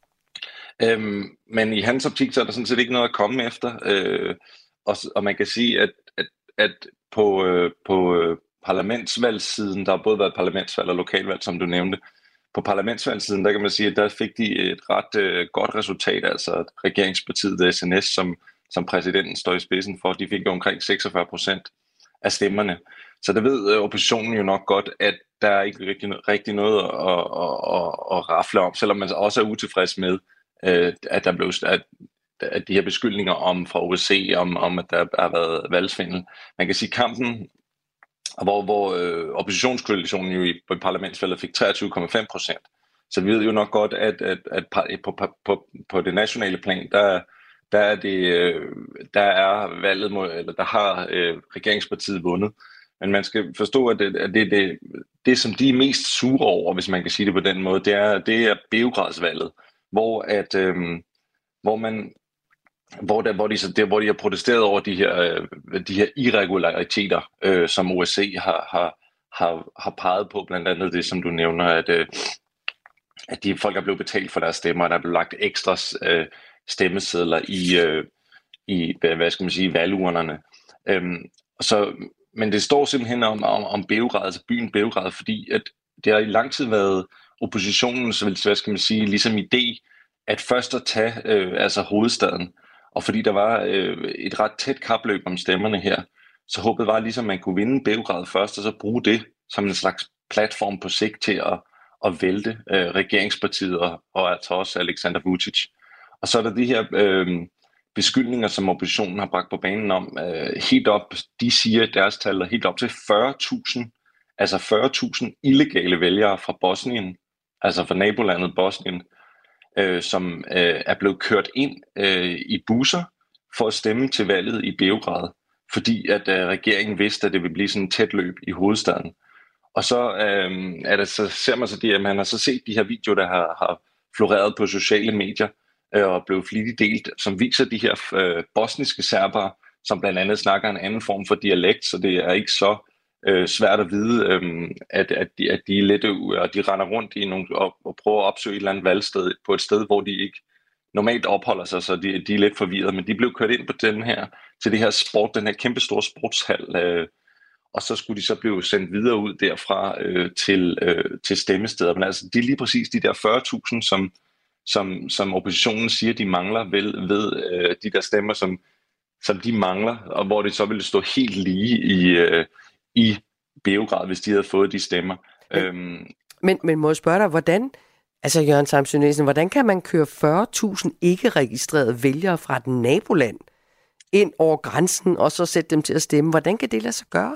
O: øhm, men i hans optik, så er der sådan set ikke noget at komme efter. Øh, og, og man kan sige, at, at, at på, øh, på øh, parlamentsvalgssiden, der har både været parlamentsvalg og lokalvalg, som du nævnte. På parlamentsvalgssiden, der kan man sige, at der fik de et ret øh, godt resultat, altså regeringspartiet S N S, som som præsidenten står i spidsen for, de fik jo omkring seksogfyrre procent af stemmerne. Så der ved oppositionen jo nok godt, at der er ikke rigtig, rigtig noget at, at, at, at rafle om, selvom man også er utilfreds med, at der blev at, at de her beskyldninger om fra O S C E, om, om at der har været valgsvindel. Man kan sige, kampen, hvor, hvor øh, oppositionskoalitionen jo i, på parlamentsvalget fik treogtyve komma fem procent. Så vi ved jo nok godt, at, at, at på, på, på det nationale plan, der Der er, det, der er valget, eller der har øh, regeringspartiet vundet. Men man skal forstå, at det, at det, det, det, som de er mest sure over, hvis man kan sige det på den måde, det er, det er Beogradsvalget, hvor, at, øh, hvor, man, hvor, der, hvor, de, der, hvor de har protesteret over de her, øh, de her irregulariteter, øh, som O S C E har, har, har, har peget på, blandt andet det, som du nævner, at, øh, at de folk er blevet betalt for deres stemmer, og der er blevet lagt ekstra øh, stemmesedler i, øh, i hvad skal man sige, valgurnerne. Øhm, så, men det står simpelthen om, om, om Beograd, altså byen Beograd, fordi at det har i lang tid været oppositionens, hvad skal man sige, ligesom idé, at først at tage øh, altså hovedstaden, og fordi der var øh, et ret tæt kapløb om stemmerne her, så håbet var ligesom, at man kunne vinde Beograd først, og så bruge det som en slags platform på sigt til at, at vælte øh, regeringspartiet og, og altså også Alexander Vučić. Og så er der de her øh, beskyldninger, som oppositionen har bragt på banen om, øh, helt op, de siger deres tal er helt op til fyrre tusind, altså fyrre tusind illegale vælgere fra Bosnien, altså fra nabolandet Bosnien, øh, som øh, er blevet kørt ind øh, i busser for at stemme til valget i Beograd, fordi at øh, regeringen vidste, at det ville blive sådan et tæt løb i hovedstaden. Og så, øh, er det, så ser man så, de, at man har så set de her videoer, der har, har floreret på sociale medier, og blev flittigt delt, som viser de her øh, bosniske serbere, som blandt andet snakker en anden form for dialekt, så det er ikke så øh, svært at vide, øh, at, at, de, at de er lidt, og de render rundt i nogle, og, og prøver at opsøge et eller andet valgsted, på et sted, hvor de ikke normalt opholder sig, så de, de er lidt forvirrede, men de blev kørt ind på den her, til det her sport, den her kæmpe store sportshal, øh, og så skulle de så blive sendt videre ud derfra øh, til, øh, til stemmesteder. Men altså, det er lige præcis de der fyrre tusind, som Som, som oppositionen siger, de mangler ved, ved øh, de der stemmer, som, som de mangler, og hvor det så ville stå helt lige i, øh, i Beograd, hvis de havde fået de stemmer.
A: Men,
O: øhm,
A: men, men må jeg spørge dig, hvordan, altså Jørgen Samsøe-Nielsen, hvordan kan man køre fyrre tusind ikke-registrerede vælgere fra et naboland ind over grænsen, og så sætte dem til at stemme? Hvordan kan det lade sig gøre?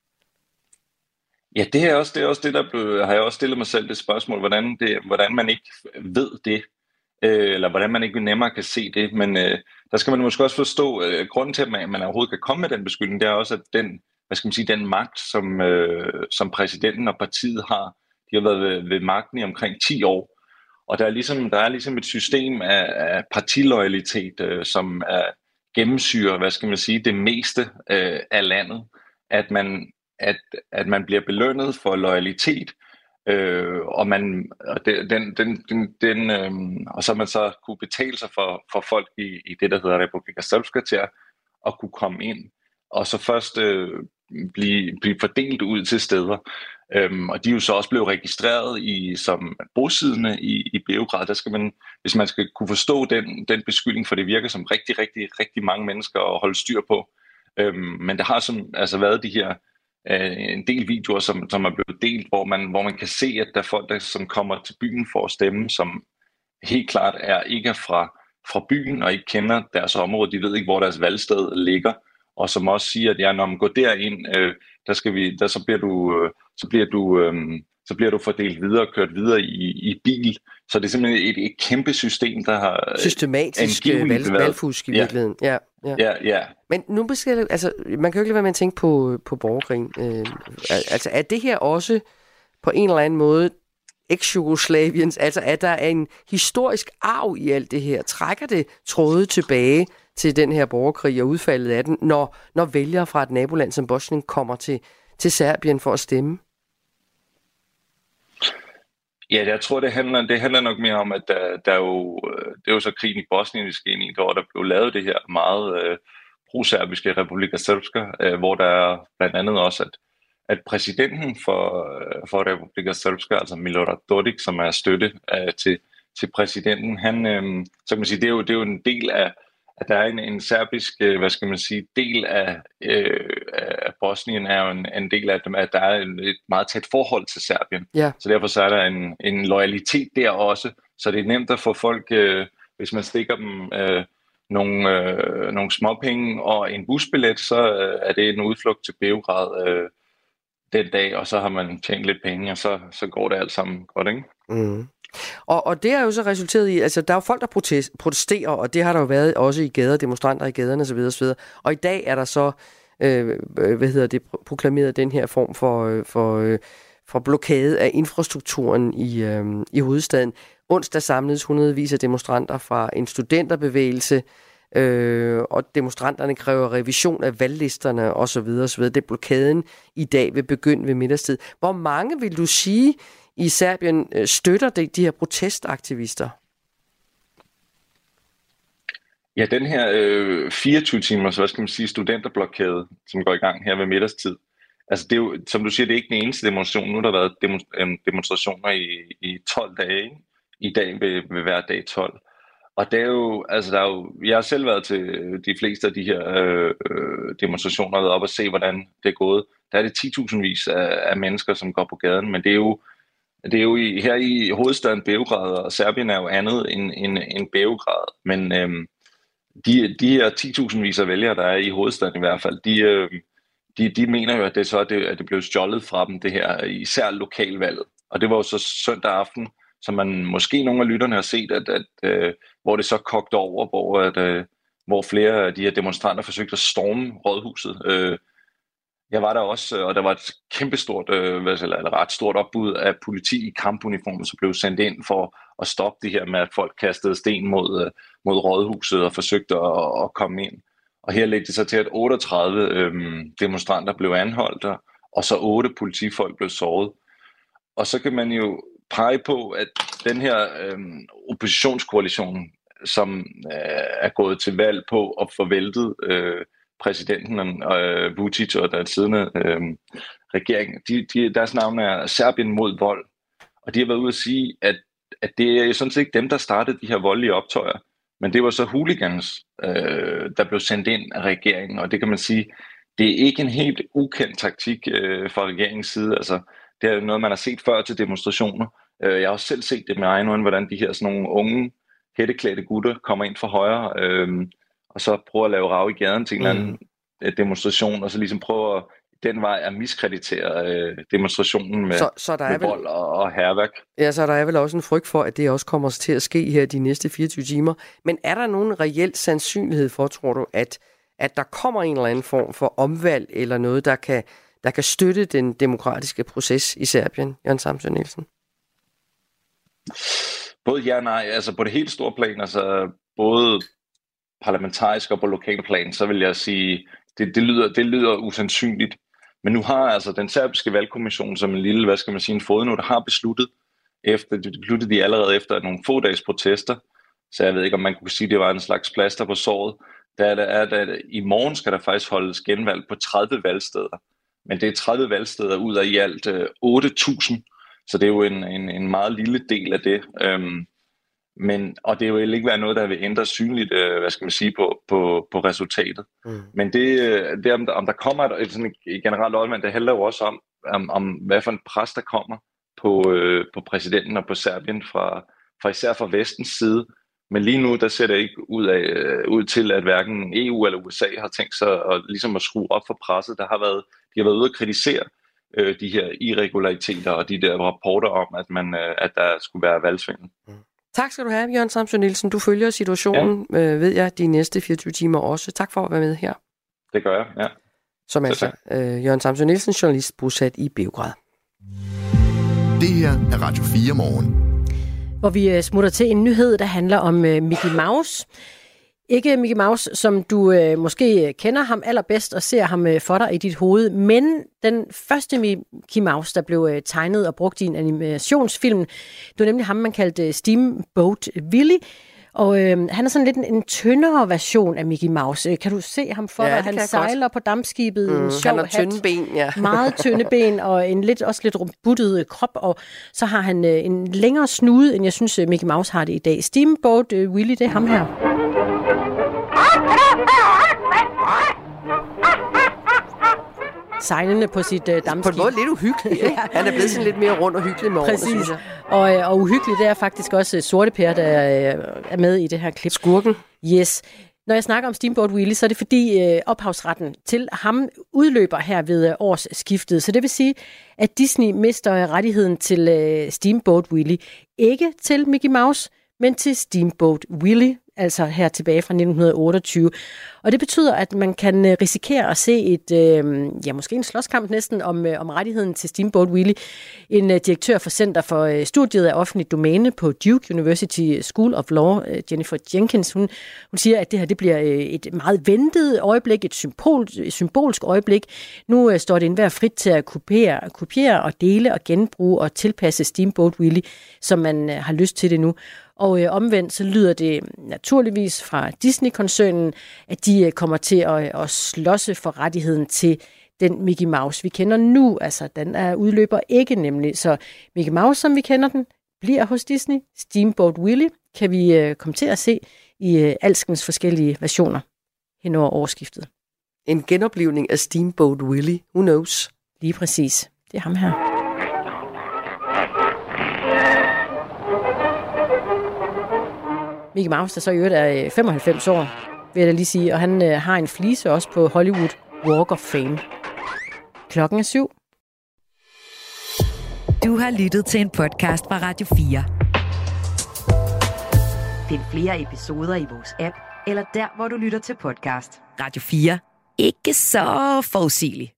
O: Ja, det er også det, er også det der blev, har jeg også stillet mig selv det spørgsmål, hvordan, det, hvordan man ikke ved det, øh, eller hvordan man ikke nemmere kan se det, men øh, der skal man måske også forstå, øh, grunden til, at man, man overhovedet kan komme med den beskyldning, det er også, at den, hvad skal man sige, den magt, som, øh, som præsidenten og partiet har, de har været ved, ved magten i omkring ti år, og der er ligesom, der er ligesom et system af, af partiloyalitet, øh, som er gennemsyrer, hvad skal man sige, det meste øh, af landet, at man At, at man bliver belønnet for loyalitet, øh, og man og den, den, den, den øh, og så man så kunne betale sig for, for folk i, i det der hedder Republika Srpska til at, at kunne komme ind, og så først øh, blive, blive fordelt ud til steder. Øhm, og de er jo så også blevet registreret i som bosiddende i, i Beograd. Der skal man, hvis man skal kunne forstå den, den beskyldning, for det virker som rigtig, rigtig, rigtig mange mennesker at holde styr på. Øhm, men der har som, altså været de her en del videoer, som, som er blevet delt, hvor man, hvor man kan se, at der er folk, der, som kommer til byen for at stemme, som helt klart er ikke er fra, fra byen og ikke kender deres område. De ved ikke, hvor deres valgsted ligger, og som også siger, at ja, når man går derind, øh, der skal vi, der så bliver du, øh, så bliver du, øh, så bliver du fordelt videre og kørt videre i, i bil. Så det er simpelthen et, et kæmpe system, der har
A: systematisk valg, valgfusk i
O: ja.
A: virkeligheden. Ja, ja.
O: Ja, ja.
A: Men nu beskriver, altså, man kan jo ikke lade være med at tænke på, på borgerkrigen. Øh, altså, er det her også på en eller anden måde ex-Jugoslaviens, altså er der en historisk arv i alt det her? Trækker det tråde tilbage til den her borgerkrig og udfaldet af den, når, når vælgere fra et naboland som Bosnien kommer til, til Serbien for at stemme?
O: Ja, jeg tror, det handler, det handler nok mere om, at der, der er jo, det er jo så krigen i Bosnien, vi skal ind i, hvor der blev lavet det her meget øh, pro-serbiske Republika Srpska, øh, hvor der er blandt andet også, at, at præsidenten for, for Republika Srpska, altså Milorad Dodik, som er støtte øh, til, til præsidenten, han, øh, så kan man sige, det er jo, det er jo en del af, at der er en, en serbisk, hvad skal man sige, del af, øh, af Bosnien er jo en, en del af dem, at der er en, et meget tæt forhold til Serbien.
A: Ja.
O: Så derfor så er der en, en loyalitet der også. Så det er nemt at få folk, øh, hvis man stikker dem øh, nogle, øh, nogle småpenge og en busbillet, så øh, er det en udflugt til Beograd øh, den dag, og så har man tjent lidt penge, og så, så går det alt sammen godt, ikke?
A: Mm. Og, og det er jo så resulteret i, altså der er jo folk, der protest, protesterer, og det har der jo været også i gader, demonstranter i gaderne osv. osv. Og i dag er der så, øh, hvad hedder det, proklameret den her form for, for, for blokade af infrastrukturen i, øh, i hovedstaden. Onsdag samledes hundredvis af demonstranter fra en studenterbevægelse, øh, og demonstranterne kræver revision af valglisterne osv. osv. Det blokaden i dag vil begynde ved middagstid. Hvor mange vil du sige i Serbien støtter de, de her protestaktivister?
O: Ja, den her øh, fireogtyve timers, hvad skal man sige, studenterblokade, som går i gang her ved middagstid. Altså det er jo, som du siger, det er ikke den eneste demonstration. Nu har der været demonstrationer i, i tolv dage, ikke? I dag ved, ved hver dag tolv. Og det er jo, altså der er jo, jeg har selv været til de fleste af de her øh, demonstrationer, og været op og se, hvordan det er gået. Der er det ti tusindvis af, af mennesker, som går på gaden, men det er jo Det er jo i, her i hovedstaden Beograd, og Serbien er jo andet end, end, end Beograd. Men øhm, de, de her ti tusind af vælgere, der er i hovedstaden i hvert fald, de, øh, de, de mener jo, at det så er det, at det blev stjålet fra dem, det her, især lokalvalget. Og det var jo så søndag aften, som man måske nogle af lytterne har set, at, at, øh, hvor det så kogte over, hvor, at, øh, hvor flere af de her demonstranter forsøgte at storme rådhuset. Øh, jeg var der også, og der var et kæmpestort, øh, eller, eller ret stort opbud af politi i kampuniformer, som blev sendt ind for at stoppe det her med, at folk kastede sten mod, øh, mod rådhuset og forsøgte at, at komme ind. Og her lægge det så til, at otteogtredive øh, demonstranter blev anholdt, og så otte politifolk blev såret. Og så kan man jo pege på, at den her øh, oppositionskoalition, som øh, er gået til valg på at få væltet øh, præsidenten øh, Vučić og den siddende øh, regering, de, de, deres navn er Serbien mod vold. Og de har været ude at sige, at, at det er sådan set ikke dem, der startede de her voldelige optøjer, men det var så hooligans, øh, der blev sendt ind af regeringen. Og det kan man sige, det er ikke en helt ukendt taktik øh, fra regeringens side. Altså, det er noget, man har set før til demonstrationer. Jeg har også selv set det med egen øjne, hvordan de her sådan nogle unge, hætteklædte gutter kommer ind fra højre, øhm, og så prøver at lave rav i gaden til en mm. eller anden demonstration, og så ligesom prøver den vej at miskreditere øh, demonstrationen med, så, så der med vel, vold og, og hærværk.
A: Ja, så der er vel også en frygt for, at det også kommer til at ske her de næste fireogtyve timer. Men er der nogen reel sandsynlighed for, tror du, at, at der kommer en eller anden form for omvalg, eller noget, der kan, der kan støtte den demokratiske proces i Serbien, Jørgen Samsø Nielsen?
O: Både ja og nej. Altså på det helt store plan, altså både parlamentarisk og på lokal plan, så vil jeg sige, det, det, lyder, det lyder usandsynligt. Men nu har altså den serbiske valgkommission som en lille, hvad skal man sige, en fodnote, har besluttet, efter, det besluttede de allerede efter nogle få dages protester, så jeg ved ikke, om man kunne sige, at det var en slags plaster på såret. Der er, der er, der, i morgen skal der faktisk holdes genvalg på tredive valgsteder, men det er tredive valgsteder ud af i alt øh, otte tusind. Så det er jo en, en, en meget lille del af det. Øhm, men, og det er jo ikke være noget, der vil ændre synligt, øh, hvad skal man sige, på, på, på resultatet. Mm. Men det, det om, der, om der kommer et, et, sådan et generelt øjemand, det handler jo også om, om, om hvad for en pres der kommer på, øh, på præsidenten og på Serbien, fra, fra især fra vestens side. Men lige nu, der ser det ikke ud, af, øh, ud til, at hverken E U eller U S A har tænkt sig at, ligesom at skrue op for presset. Der har været, de har været ude at kritisere de her irregulariteter og de der rapporter om, at, man, at der skulle være valgsvindel. Mm.
A: Tak skal du have, Jørgen Samsø Nielsen. Du følger situationen, ja. øh, ved jeg, de næste fireogtyve timer også. Tak for at være med her.
O: Det gør jeg, ja.
A: Som altså øh, Jørgen Samsø Nielsen, journalist bosat i Beograd.
C: Det her er Radio fire Morgen.
B: Hvor vi smutter til en nyhed, der handler om øh, Mickey Mouse. Ikke Mickey Mouse, som du øh, måske kender ham allerbedst og ser ham øh, for dig i dit hoved, men den første Mickey Mouse, der blev øh, tegnet og brugt i en animationsfilm, det var nemlig ham, man kaldte øh, Steamboat Willie. Og øh, han er sådan lidt en, en tyndere version af Mickey Mouse. Kan du se ham for ja, dig? Han sejler godt på dampskibet, mm, en sjov
A: han har tynde ben, ja.
B: Meget tynde ben og en lidt, også lidt robuttet krop. Og så har han øh, en længere snude, end jeg synes, Mickey Mouse har det i dag. Steamboat øh, Willie, det er ham her. Sejlende på sit øh, dampskib.
A: På en måde lidt uhyggeligt, ikke? Ja. Han er blevet sådan lidt mere rund og hyggelig med årene, synes jeg.
B: Og, øh, og uhyggeligt, det er faktisk også Sorte Per, der øh, er med i det her klip.
A: Skurken.
B: Yes. Når jeg snakker om Steamboat Willie, så er det fordi øh, ophavsretten til ham udløber her ved øh, årsskiftet. Så det vil sige, at Disney mister rettigheden til øh, Steamboat Willie. Ikke til Mickey Mouse, men til Steamboat Willie, altså her tilbage fra nitten otteogtyve. Og det betyder, at man kan risikere at se et, øh, ja måske en slåskamp næsten om, øh, om rettigheden til Steamboat Willie. En øh, direktør for Center for øh, Studiet af Offentligt Domæne på Duke University School of Law, øh, Jennifer Jenkins, hun, hun siger, at det her det bliver øh, et meget ventet øjeblik, et, symbol, et symbolsk øjeblik. Nu øh, står det enhver frit til at kopiere, kopiere og dele og genbruge og tilpasse Steamboat Willie, som man øh, har lyst til det nu. Og øh, omvendt så lyder det naturligvis fra Disney-koncernen, at de øh, kommer til at, at slåsse for rettigheden til den Mickey Mouse, vi kender nu. Altså, den er udløber ikke nemlig. Så Mickey Mouse, som vi kender den, bliver hos Disney. Steamboat Willie kan vi øh, komme til at se i øh, alskens forskellige versioner hen over årsskiftet.
A: En genoplivning af Steamboat Willie. Who knows?
B: Lige præcis. Det er ham her. Mickey Mouse, der så i øvrigt er femoghalvfems år, vil jeg da lige sige, og han øh, har en flise også på Hollywood Walk of Fame. Klokken er syv.
N: Du har lyttet til en podcast fra Radio fire. Find flere episoder i vores app, eller der, hvor du lytter til podcast. Radio fire. Ikke så forudsigeligt.